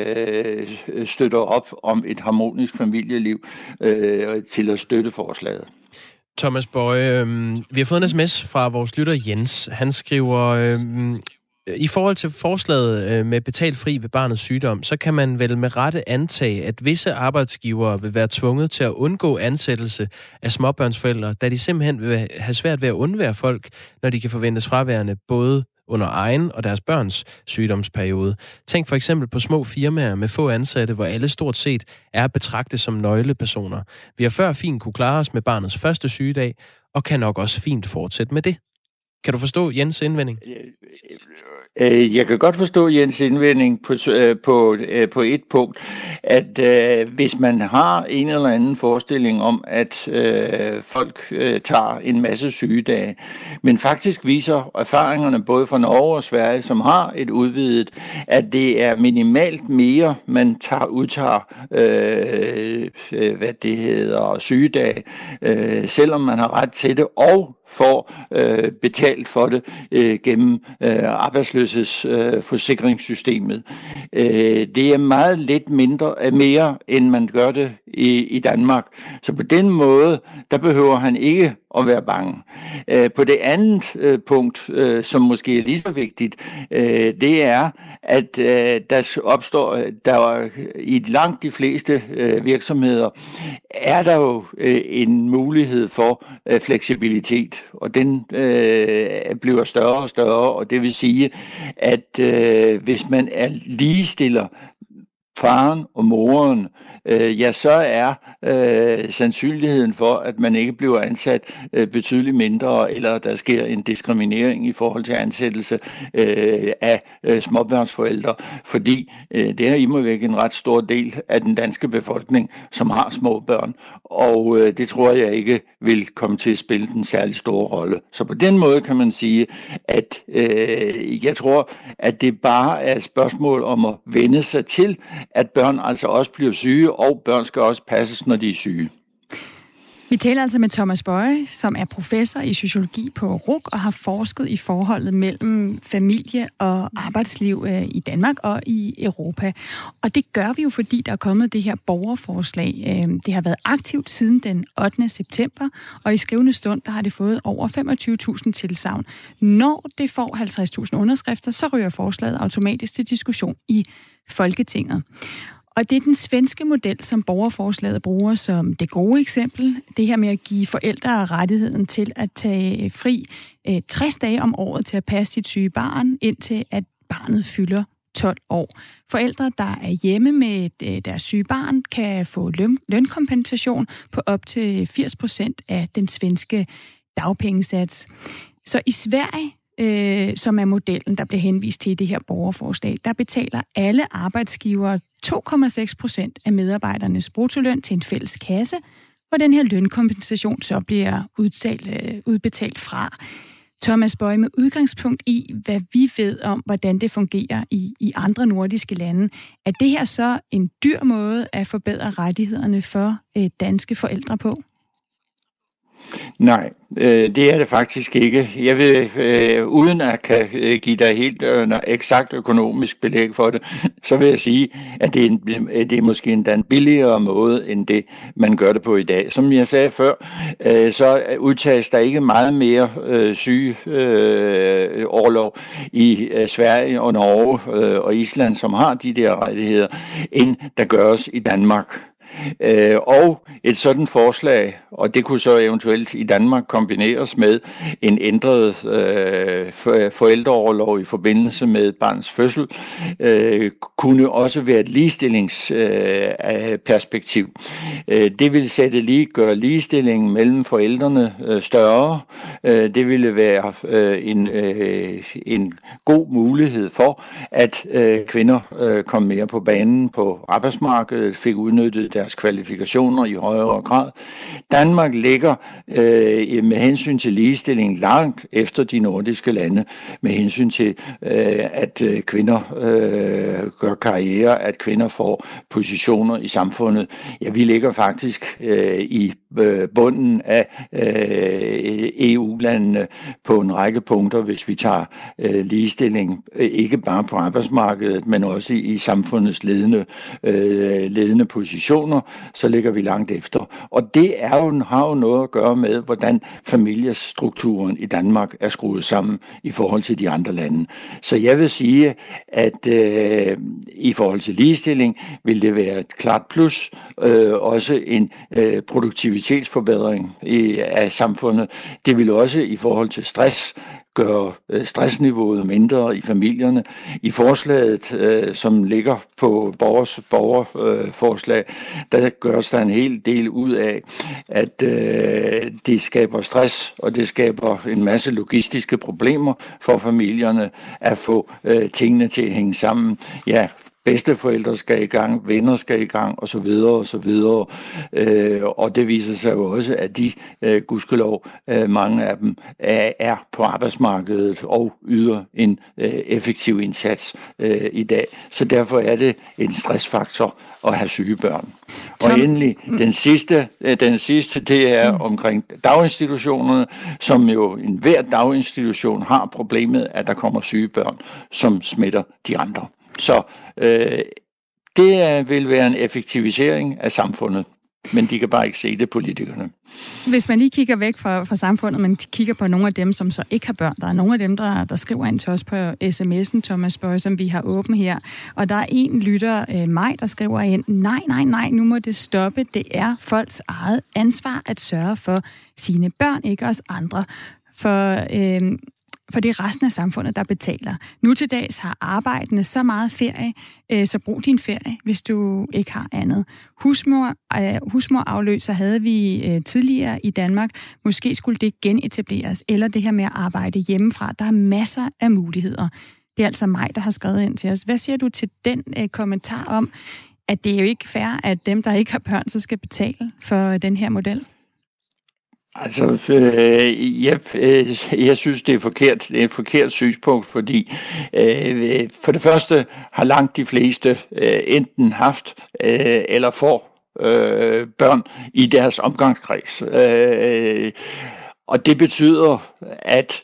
støtter op om et harmonisk familieliv, til at støtte forslaget. Thomas Boye, vi har fået en sms fra vores lytter Jens. Han skriver, i forhold til forslaget med betalt fri ved barnets sygdom, så kan man vel med rette antage, at visse arbejdsgivere vil være tvunget til at undgå ansættelse af småbørnsforældre, da de simpelthen vil have svært ved at undvære folk, når de kan forventes fraværende både under egen og deres børns sygdomsperiode. Tænk for eksempel på små firmaer med få ansatte, hvor alle stort set er at betragte som nøglepersoner. Vi har før fint kunne klare os med barnets første sygedag, og kan nok også fint fortsætte med det. Kan du forstå Jens' indvending? Jeg kan godt forstå Jens' indvending på et punkt, at hvis man har en eller anden forestilling om, at folk tager en masse sygedage, men faktisk viser erfaringerne både fra Norge og Sverige, som har et udvidet, at det er minimalt mere, man udtager sygedage, selvom man har ret til det, og får betalt for det gennem arbejdsløshedsforsikringssystemet. Det er meget lidt mere, end man gør det i Danmark. Så på den måde, der behøver han ikke at være bange. På det andet punkt, som måske er lige så vigtigt, det er, at der opstår, i langt de fleste virksomheder, er der jo en mulighed for fleksibilitet, og den bliver større og større, og det vil sige, at hvis man ligestiller faren og moren, så er sandsynligheden for, at man ikke bliver ansat betydeligt mindre, eller der sker en diskriminering i forhold til ansættelse af småbørnsforældre, fordi det er imodvæk en ret stor del af den danske befolkning, som har små børn, og det tror jeg ikke vil komme til at spille den særlig store rolle. Så på den måde kan man sige, at jeg tror, at det bare er et spørgsmål om at vende sig til, at børn altså også bliver syge, og børn skal også passes, når de er syge. Vi taler altså med Thomas Boye, som er professor i sociologi på RUC og har forsket i forholdet mellem familie og arbejdsliv i Danmark og i Europa. Og det gør vi jo, fordi der er kommet det her borgerforslag. Det har været aktivt siden den 8. september, og i skrivende stund, der har det fået over 25.000 tilsagn. Når det får 50.000 underskrifter, så ryger forslaget automatisk til diskussion i Folketinget. Og det er den svenske model, som borgerforslaget bruger som det gode eksempel. Det her med at give forældre rettigheden til at tage fri 60 dage om året til at passe sit syge barn, indtil at barnet fylder 12 år. Forældre, der er hjemme med deres syge barn, kan få lønkompensation på op til 80% af den svenske dagpengesats. Så i Sverige, som er modellen, der bliver henvist til i det her borgerforslag, der betaler alle arbejdsgivere 2,6% af medarbejdernes bruttoløn til en fælles kasse, hvor den her lønkompensation så bliver udbetalt fra. Thomas Boye, med udgangspunkt i, hvad vi ved om, hvordan det fungerer i andre nordiske lande, er det her så en dyr måde at forbedre rettighederne for danske forældre på? Nej, det er det faktisk ikke. Jeg vil, uden at kan give dig helt eksakt økonomisk belæg for det, så vil jeg sige, at det er måske endda en billigere måde, end det, man gør det på i dag. Som jeg sagde før, så udtages der ikke meget mere sygeorlov i Sverige og Norge og Island, som har de der rettigheder, end der gøres i Danmark. Og et sådan forslag, og det kunne så eventuelt i Danmark kombineres med en ændret forældreorlov i forbindelse med barns fødsel, kunne også være et ligestillingsperspektiv. Det ville gøre ligestillingen mellem forældrene større. Det ville være en god mulighed for, at kvinder kom mere på banen på arbejdsmarkedet, fik udnyttet deres kvalifikationer i højere grad. Danmark ligger med hensyn til ligestilling langt efter de nordiske lande, med hensyn til, at kvinder gør karriere, at kvinder får positioner i samfundet. Ja, vi ligger faktisk i bunden af EU-landene på en række punkter, hvis vi tager ligestilling, ikke bare på arbejdsmarkedet, men også i samfundets ledende positioner, så ligger vi langt efter. Og det har jo noget at gøre med, hvordan familiestrukturen i Danmark er skruet sammen i forhold til de andre lande. Så jeg vil sige, at i forhold til ligestilling vil det være et klart plus, også en produktivitetsforbedring af samfundet. Det vil også i forhold til stress gøre stressniveauet mindre i familierne. I forslaget, som ligger på borgerforslag, der gøres der en hel del ud af, at det skaber stress, og det skaber en masse logistiske problemer for familierne at få tingene til at hænge sammen. Ja, bedsteforældre skal i gang, venner skal i gang, og så videre, og så videre. Og det viser sig jo også, at de, gudskelov, mange af dem er på arbejdsmarkedet og yder en effektiv indsats i dag. Så derfor er det en stressfaktor at have syge børn. Og endelig, den sidste, det er omkring daginstitutionerne, som jo enhver daginstitution har problemet, at der kommer syge børn, som smitter de andre. Så det vil være en effektivisering af samfundet, men de kan bare ikke se det, politikerne. Hvis man lige kigger væk fra samfundet, men kigger på nogle af dem, som så ikke har børn, der er nogle af dem, der skriver ind til os på sms'en, Thomas Boye, som vi har åbent her, og der er en lytter, Maj, der skriver ind, nej, nu må det stoppe, det er folks eget ansvar at sørge for sine børn, ikke os andre, for det er resten af samfundet, der betaler. Nu til dags har arbejdende så meget ferie, så brug din ferie, hvis du ikke har andet. Husmorafløser havde vi tidligere i Danmark. Måske skulle det genetableres, eller det her med at arbejde hjemmefra. Der er masser af muligheder. Det er altså mig, der har skrevet ind til os. Hvad siger du til den kommentar om, at det er jo ikke fair, at dem, der ikke har børn, så skal betale for den her model? Altså, jeg synes, det er forkert. Det er et forkert synspunkt, fordi for det første har langt de fleste enten haft eller får børn i deres omgangskreds. Og det betyder, at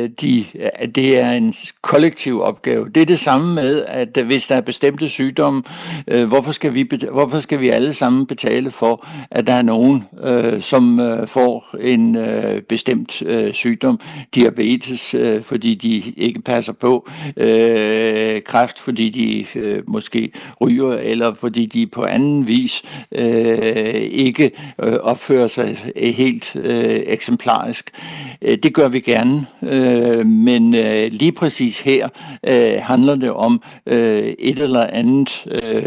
det er en kollektiv opgave. Det er det samme med, at hvis der er bestemte sygdomme, hvorfor skal vi alle sammen betale for, at der er nogen, som får en bestemt sygdom, diabetes, fordi de ikke passer på, kræft, fordi de måske ryger, eller fordi de på anden vis ikke opfører sig helt eksemplarisk. Det gør vi gerne, men lige præcis her handler det om et eller andet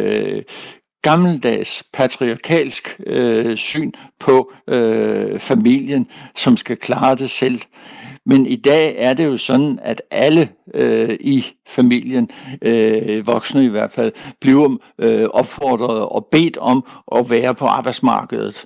gammeldags patriarkalsk syn på familien, som skal klare det selv. Men i dag er det jo sådan, at alle i familien, voksne i hvert fald, bliver opfordret og bedt om at være på arbejdsmarkedet.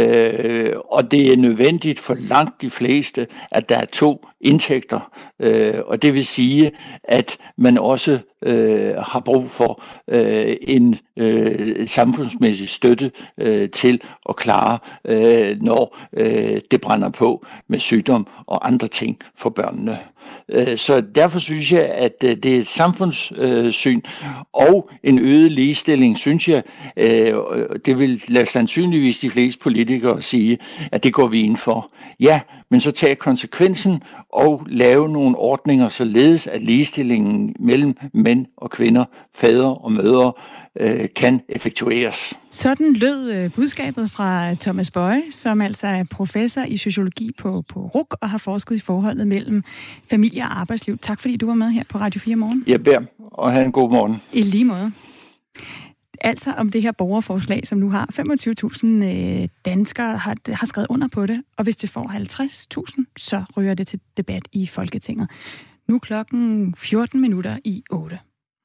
Og det er nødvendigt for langt de fleste, at der er 2 indtægter. Og det vil sige, at man også har brug for en samfundsmæssig støtte til at klare, når det brænder på med sygdom og andre ting for børnene. Så derfor synes jeg, at det er et samfundssyn og en øget ligestilling, synes jeg, det vil lade sandsynligvis de fleste politikere sige, at det går vi ind for. Ja, men så tage konsekvensen og lave nogle ordninger, således at ligestillingen mellem mænd og kvinder, fædre og mødre, kan effektueres. Sådan lød budskabet fra Thomas Boye, som altså er professor i sociologi på RUC og har forsket i forholdet mellem familie og arbejdsliv. Tak fordi du var med her på Radio 4 Morgen. Jeg beder, og have en god morgen. I lige måde. Altså om det her borgerforslag, som nu har 25.000 danskere har skrevet under på det, og hvis det får 50.000, så ryger det til debat i Folketinget. Nu klokken 14:08.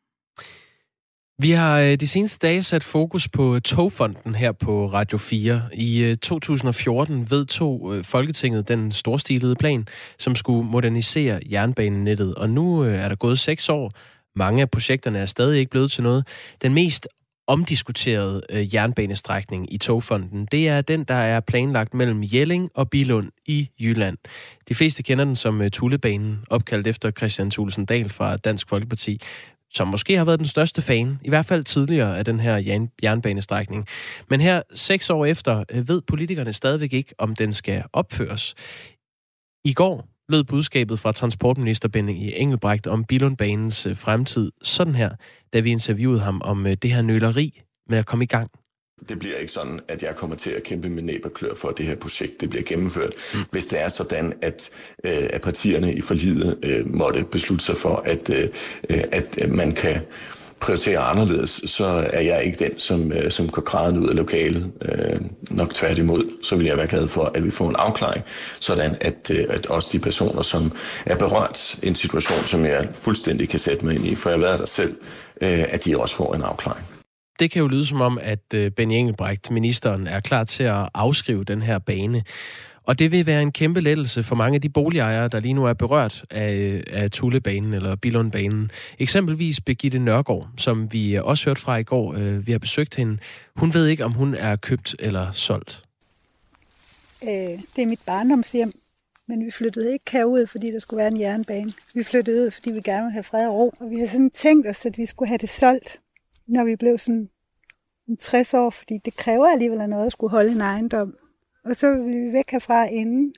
Vi har de seneste dage sat fokus på Togfonden her på Radio 4. I 2014 vedtog Folketinget den storstilede plan, som skulle modernisere jernbanenettet. Og nu er der gået 6 år. Mange af projekterne er stadig ikke blevet til noget. Den mest omdiskuterede jernbanestrækning i Togfonden, det er den, der er planlagt mellem Jelling og Billund i Jylland. De fleste kender den som Tullebanen, opkaldt efter Kristian Thulesen Dahl fra Dansk Folkeparti, som måske har været den største fan, i hvert fald tidligere, af den her jernbanestrækning. Men her 6 år efter ved politikerne stadigvæk ikke, om den skal opføres. I går lød budskabet fra transportminister Benny Engelbrecht om Billundbanens fremtid sådan her, da vi interviewede ham om det her nøleri med at komme i gang. Det bliver ikke sådan, at jeg kommer til at kæmpe med næb og klør for, at det her projekt det bliver gennemført. Hvis det er sådan, at partierne i forliget måtte beslutte sig for, at man kan prioritere anderledes, så er jeg ikke den, som går grædende ud af lokalet. Nok tværtimod, så vil jeg være glad for, at vi får en afklaring, sådan at også de personer, som er berørt i en situation, som jeg fuldstændig kan sætte mig ind i, for jeg har været der selv, at de også får en afklaring. Det kan jo lyde som om, at Benny Engelbrecht, ministeren, er klar til at afskrive den her bane. Og det vil være en kæmpe lettelse for mange af de boligejere, der lige nu er berørt af Tullebanen eller Billundbanen. Eksempelvis Birgitte Nørgaard, som vi også hørte fra i går. Vi har besøgt hende. Hun ved ikke, om hun er købt eller solgt. Det er mit barndomshjem, men vi flyttede ikke herud, fordi der skulle være en jernbane. Vi flyttede ud, fordi vi gerne ville have fred og ro. Og vi har sådan tænkt os, at vi skulle have det solgt, når vi blev sådan 60 år, fordi det kræver alligevel noget at skulle holde en ejendom. Og så vil vi væk herfra inden,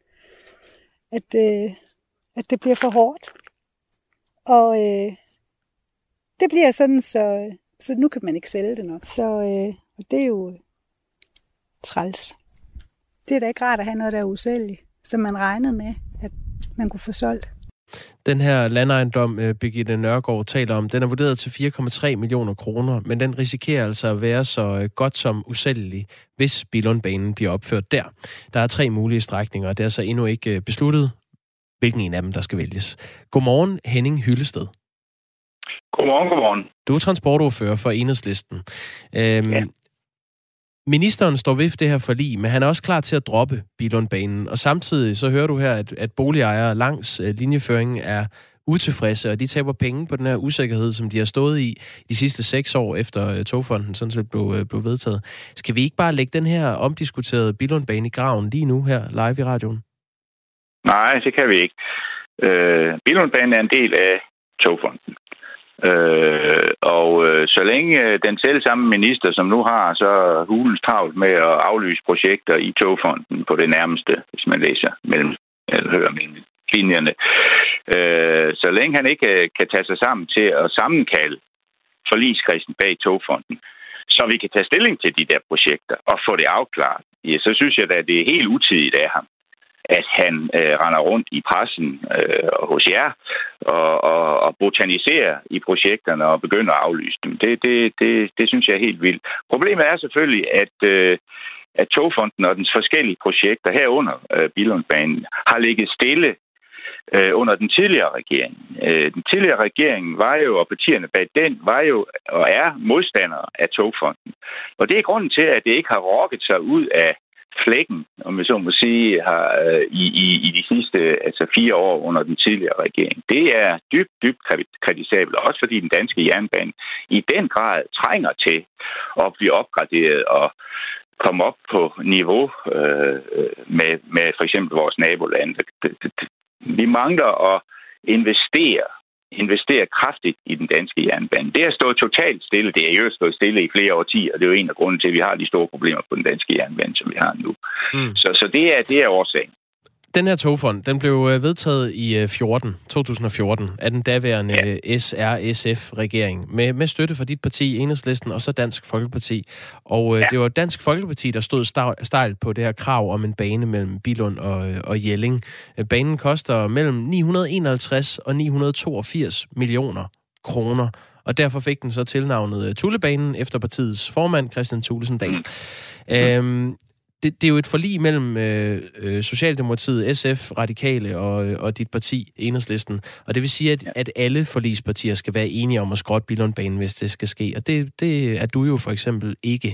at det bliver for hårdt. Og det bliver sådan, så nu kan man ikke sælge det nok. Så og det er jo træls. Det er da ikke rart at have noget, der er usælgeligt, som man regnede med, at man kunne få solgt. Den her landejendom, Birgitte Nørgaard taler om, den er vurderet til 4,3 millioner kroner, men den risikerer altså at være så godt som usælgelig, hvis Billundbanen bliver opført der. Der er 3 mulige strækninger, og det er så endnu ikke besluttet, hvilken en af dem, der skal vælges. Godmorgen, Henning Hyllested. Godmorgen. Du er transportordfører for Enhedslisten. Ja. Ministeren står ved det her forlig, men han er også klar til at droppe Billundbanen. Og samtidig så hører du her, at boligejere langs linjeføringen er utilfredse, og de taber penge på den her usikkerhed, som de har stået i de sidste 6 år efter Togfonden sådan set blev vedtaget. Skal vi ikke bare lægge den her omdiskuterede Billundbane i graven lige nu her live i radioen? Nej, det kan vi ikke. Billundbanen er en del af Togfonden. Så længe den selv samme minister, som nu har så hulens travlt med at aflyse projekter i Togfonden på det nærmeste, hvis man læser hører mellem linjerne, så længe han ikke kan tage sig sammen til at sammenkalde forligskredsen bag Togfonden, så vi kan tage stilling til de der projekter og få det afklaret, ja, så synes jeg at det er helt utidigt af ham, at han render rundt i pressen hos jer og botaniserer i projekterne og begynder at aflyse dem. Det synes jeg er helt vildt. Problemet er selvfølgelig, at Togfonden og dens forskellige projekter herunder Billundbanen har ligget stille under den tidligere regering. Den tidligere regering var jo, og partierne bag den, var jo og er modstandere af Togfonden. Og det er grunden til, at det ikke har rokket sig ud af flækken, om jeg så må sige, har i de sidste 4 år under den tidligere regering. Det er dybt kritisabelt, også fordi den danske jernbane i den grad trænger til at blive opgraderet og komme op på niveau med for eksempel vores nabolande. Vi mangler at investere kraftigt i den danske jernbane. Det har stået totalt stille. Det er jo stået stille i flere årtier, og det er jo en af grunden til, at vi har de store problemer på den danske jernbane, som vi har nu. Så det er årsagen. Den her togfond, den blev vedtaget i 2014 af den daværende SRSF-regering med støtte fra dit parti, Enhedslisten, og så Dansk Folkeparti. Og det var Dansk Folkeparti, der stod stejlt på det her krav om en bane mellem Billund og Jelling. Banen koster mellem 951 og 982 millioner kroner, og derfor fik den så tilnavnet Tullebanen efter partiets formand, Kristian Thulesen Dahl. Det er jo et forlig mellem Socialdemokratiet, SF, Radikale og dit parti, Enhedslisten. Og det vil sige, at alle forligspartier skal være enige om at skrotte Billundbanen, hvis det skal ske. Og det er du jo for eksempel ikke.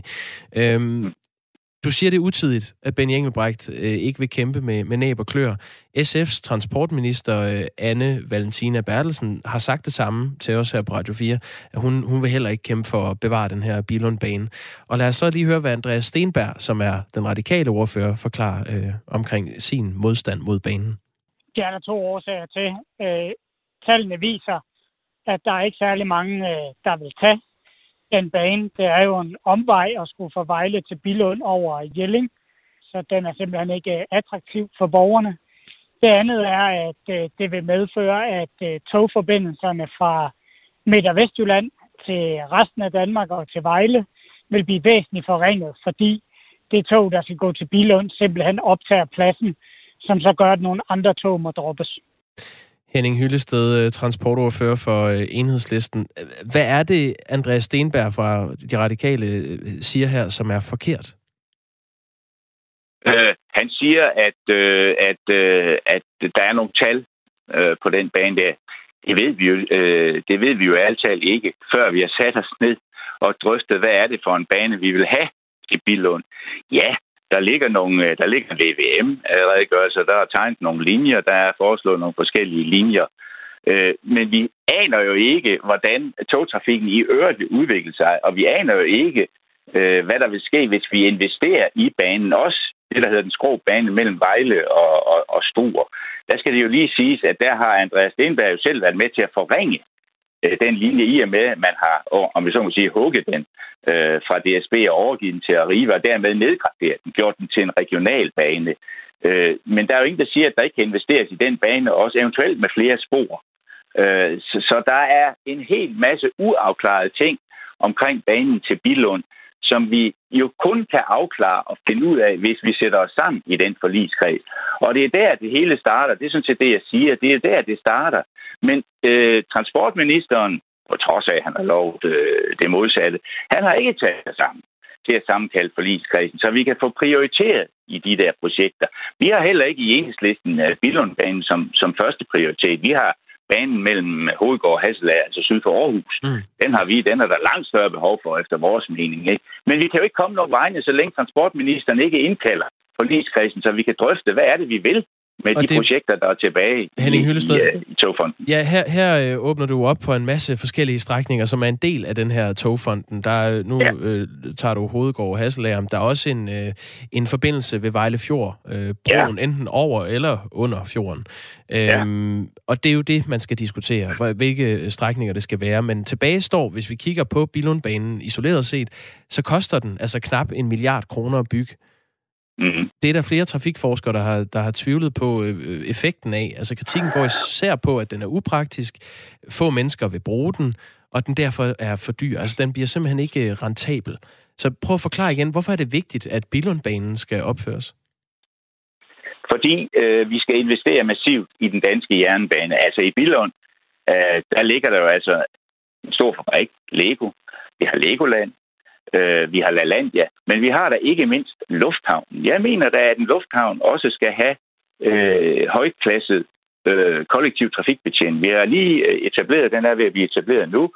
Du siger, det er utidigt, at Benny Engelbrecht ikke vil kæmpe med næb og klør. SF's transportminister Anne Valentina Bertelsen har sagt det samme til os her på Radio 4, at hun vil heller ikke kæmpe for at bevare den her Billundbane. Og lad os så lige høre, hvad Andreas Steenberg, som er den radikale ordfører, forklarer omkring sin modstand mod banen. Det er der 2 årsager til. Tallene viser, at der er ikke særlig mange, der vil tage den bane. Det er jo en omvej at skulle fra Vejle til Billund over Jelling, så den er simpelthen ikke attraktiv for borgerne. Det andet er, at det vil medføre, at togforbindelserne fra Midt- og Vestjylland til resten af Danmark og til Vejle vil blive væsentligt forringet, fordi det tog, der skal gå til Billund, simpelthen optager pladsen, som så gør, at nogle andre tog må droppes. Henning Hyllested, transportordfører for Enhedslisten. Hvad er det, Andreas Steenberg fra De Radikale siger her, som er forkert? Han siger, at der er nogle tal på den bane der. Det ved vi jo altid ikke, før vi har sat os ned og drøftet, hvad er det for en bane, vi vil have til Billund. Ja, der ligger en VVM-redegørelse, der er tegnet nogle linjer, der er foreslået nogle forskellige linjer. Men vi aner jo ikke, hvordan togtrafikken i øvrigt vil udvikle sig, og vi aner jo ikke, hvad der vil ske, hvis vi investerer i banen. Også det, der hedder den skrå bane mellem Vejle og Struer. Der skal det jo lige siges, at der har Andreas Steenberg jo selv været med til at forringe den linje i og med, at man har, om vi så må sige, hugget den fra DSB og overgivet den til Arriva, og dermed nedgraderet den, gjort den til en regional bane. Men der er jo ingen, der siger, at der ikke kan investeres i den bane, også eventuelt med flere spor. Så der er en hel masse uafklarede ting omkring banen til Billund, som vi jo kun kan afklare og finde ud af, hvis vi sætter os sammen i den forligskreds. Og det er der, det hele starter. Det er sådan set det, jeg siger. Det er der, det starter. Men transportministeren, på trods af, at han har lovet det modsatte, han har ikke taget sig sammen til at sammenkalde forligskredsen, så vi kan få prioriteret i de der projekter. Vi har heller ikke i Enhedslisten Billundbanen som første prioritet. Vi har banen mellem Hovedgård og Hasselager, altså syd for Aarhus. Den er der langt større behov for, efter vores mening. Ikke? Men vi kan jo ikke komme nogen vegne, så længe transportministeren ikke indkalder forligskredsen, så vi kan drøfte, hvad er det, vi vil med de projekter, der er tilbage i Togfonden. Ja, her åbner du op for en masse forskellige strækninger, som er en del af den her Togfonden. Tager du Hovedgård og Hasselager. Der er også en forbindelse ved Vejle Fjord, broen enten over eller under fjorden. Og det er jo det, man skal diskutere, hvilke strækninger det skal være. Men tilbage står, hvis vi kigger på Billundbanen isoleret set, så koster den altså knap 1 milliard kroner at bygge. Mm-hmm. Det er der flere trafikforskere, der har tvivlet på effekten af. Altså kritikken går især på, at den er upraktisk, få mennesker vil bruge den, og den derfor er for dyr. Altså den bliver simpelthen ikke rentabel. Så prøv at forklare igen, hvorfor er det vigtigt, at Billundbanen skal opføres? Fordi vi skal investere massivt i den danske jernbane. Altså i Billund, der ligger der jo altså en stor fabrik, Lego. Vi har Legoland. Vi har LaLandia, men vi har da ikke mindst lufthavnen. Jeg mener da, at en lufthavn også skal have højklasset kollektiv trafikbetjening. Vi har lige etableret, den er ved at blive etableret nu,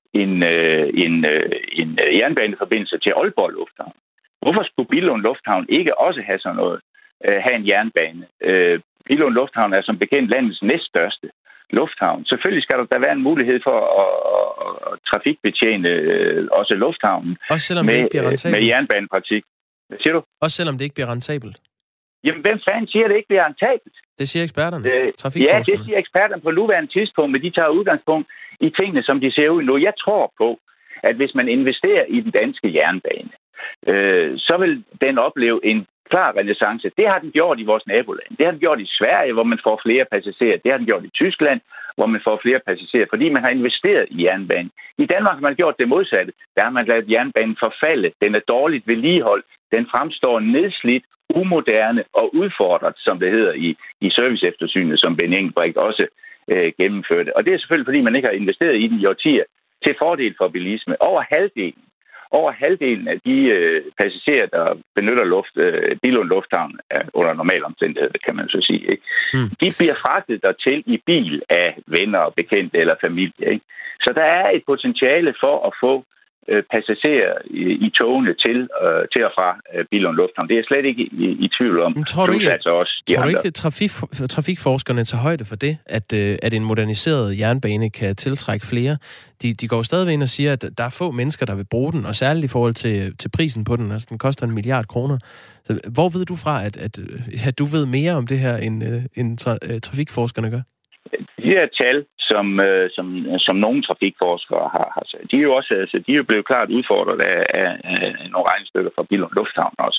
en jernbaneforbindelse til Aalborg Lufthavn. Hvorfor skulle Billund Lufthavn ikke også have sådan noget? Have en jernbane? Billund Lufthavn er som bekendt landets næststørste lufthavn. Selvfølgelig skal der være en mulighed for at trafikbetjene også lufthavnen. Også selvom det ikke bliver rentabelt. Med jernbanepraktik. Hvad siger du? Også selvom det ikke bliver rentabelt. Jamen, hvem fanden siger, det ikke bliver rentabelt? Det siger eksperterne. Ja, det siger eksperterne på nuværende tidspunkt, men de tager udgangspunkt i tingene, som de ser ud nu. Jeg tror på, at hvis man investerer i den danske jernbane, så vil den opleve en klar renæssance. Det har den gjort i vores naboland. Det har den gjort i Sverige, hvor man får flere passagerer. Det har den gjort i Tyskland, hvor man får flere passagerer, fordi man har investeret i jernbanen. I Danmark har man gjort det modsatte. Der har man ladet jernbanen forfalde. Den er dårligt vedligeholdt. Den fremstår nedslidt, umoderne og udfordret, som det hedder i serviceeftersynet, som Benny Engelbrecht også gennemførte. Og det er selvfølgelig, fordi man ikke har investeret i den i årtier til fordel for bilisme. Over halvdelen af de passagerer, der benytter Billund Lufthavn under normale omstændigheder, kan man så sige, ikke? De bliver fragtet dertil i bil af venner og bekendte eller familie. Ikke? Så der er et potentiale for at få passagerer i togene til og fra Billund Lufthavn. Det er jeg slet ikke i tvivl om. Tror du ikke, at trafikforskerne tager højde for det, at en moderniseret jernbane kan tiltrække flere? De går stadigvæk ind og siger, at der er få mennesker, der vil bruge den, og særligt i forhold til prisen på den. Altså, den koster 1 milliard kroner. Så hvor ved du fra, at du ved mere om det her, end trafikforskerne gør? De her tal, som nogle trafikforskere har sat, de er jo også, altså, de er jo blevet klart udfordret af nogle regnestykker fra Billund Lufthavn også.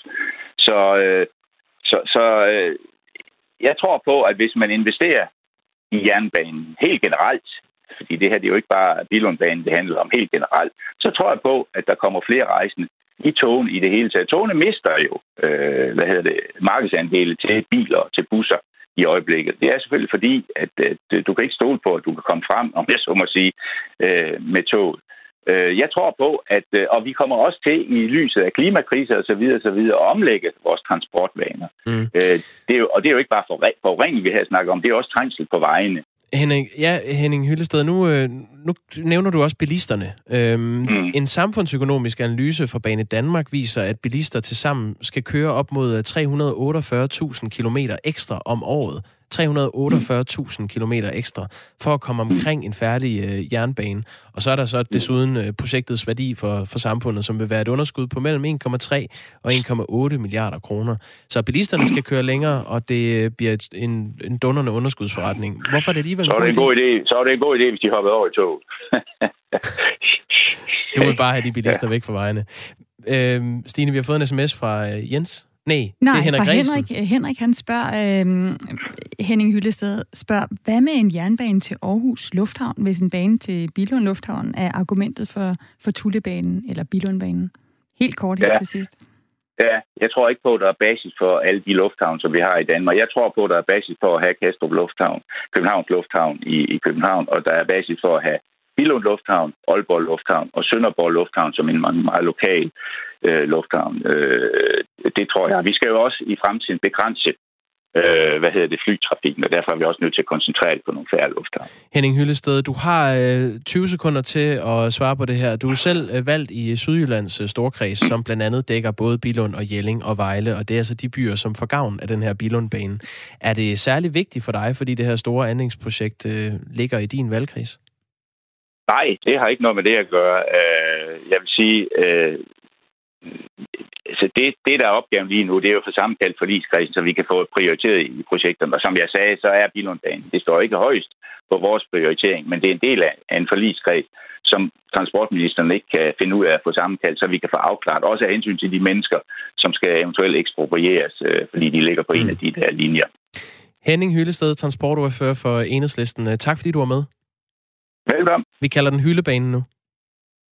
Så jeg tror på, at hvis man investerer i jernbanen helt generelt, fordi det her det er jo ikke bare Billundbanen, det handler om helt generelt, så tror jeg på, at der kommer flere rejsende i togene i det hele taget. Togene mister jo markedsandele til biler og til busser i øjeblikket. Det er selvfølgelig fordi, at du kan ikke stole på, at du kan komme frem, om jeg så må sige, med toget. Jeg tror på, at og vi kommer også til i lyset af klimakriser og så videre, at omlægge vores transportvaner. Og det er jo ikke bare forurening, vi her snakker om, det er også trængsel på vejene. Henning Hyllested, nu nævner du også bilisterne. En samfundsøkonomisk analyse fra Bane Danmark viser, at bilister tilsammen skal køre op mod 348.000 kilometer ekstra om året. 348.000 kilometer ekstra for at komme omkring en færdig jernbane. Og så er der så desuden projektets værdi for samfundet, som vil være et underskud på mellem 1,3 og 1,8 milliarder kroner. Så bilisterne skal køre længere, og det bliver en dundrende underskudsforretning. Hvorfor er det alligevel en god idé? Så er det en god idé, hvis de hoppede over i toget. Du vil bare have de bilister væk fra vejene. Stine, vi har fået en sms fra Jens. Nej, det er Henrik Resen. Henrik han spørger, Henning Hyllested spørger, hvad med en jernbane til Aarhus Lufthavn, hvis en bane til Billund Lufthavn er argumentet for Tullebanen eller Billundbanen? Helt kort her til sidst. Ja, jeg tror ikke på, at der er basis for alle de lufthavne, som vi har i Danmark. Jeg tror på, at der er basis for at have Kastrup Lufthavn, Københavns Lufthavn i København, og der er basis for at have Billund Lufthavn, Aalborg Lufthavn og Sønderborg Lufthavn som en meget lokal lufthavn. Det tror jeg. Vi skal jo også i fremtiden begrænse flytrafikken, og derfor er vi også nødt til at koncentrere det på nogle færre lufthavne. Henning Hyllested, du har 20 sekunder til at svare på det her. Du er selv valgt i Sydjyllands storkreds, som blandt andet dækker både Billund og Jelling og Vejle, og det er altså de byer, som får gavn af den her Billundbane. Er det særlig vigtigt for dig, fordi det her store anlægsprojekt ligger i din valgkreds? Nej, det har ikke noget med det at gøre. Jeg vil sige, så det, der er opgaven lige nu, det er jo for sammenkaldt forligskredsen, så vi kan få prioriteret i projekterne. Og som jeg sagde, så er Billundbanen. Det står ikke højst på vores prioritering, men det er en del af en forligskreds, som transportministeren ikke kan finde ud af at få sammenkaldt, så vi kan få afklaret. Også af hensyn til de mennesker, som skal eventuelt eksproprieres, fordi de ligger på en af de der linjer. Henning Hyllested, transportordfører for Enhedslisten. Tak fordi du var med. Velkommen. Vi kalder den Hyldebanen nu.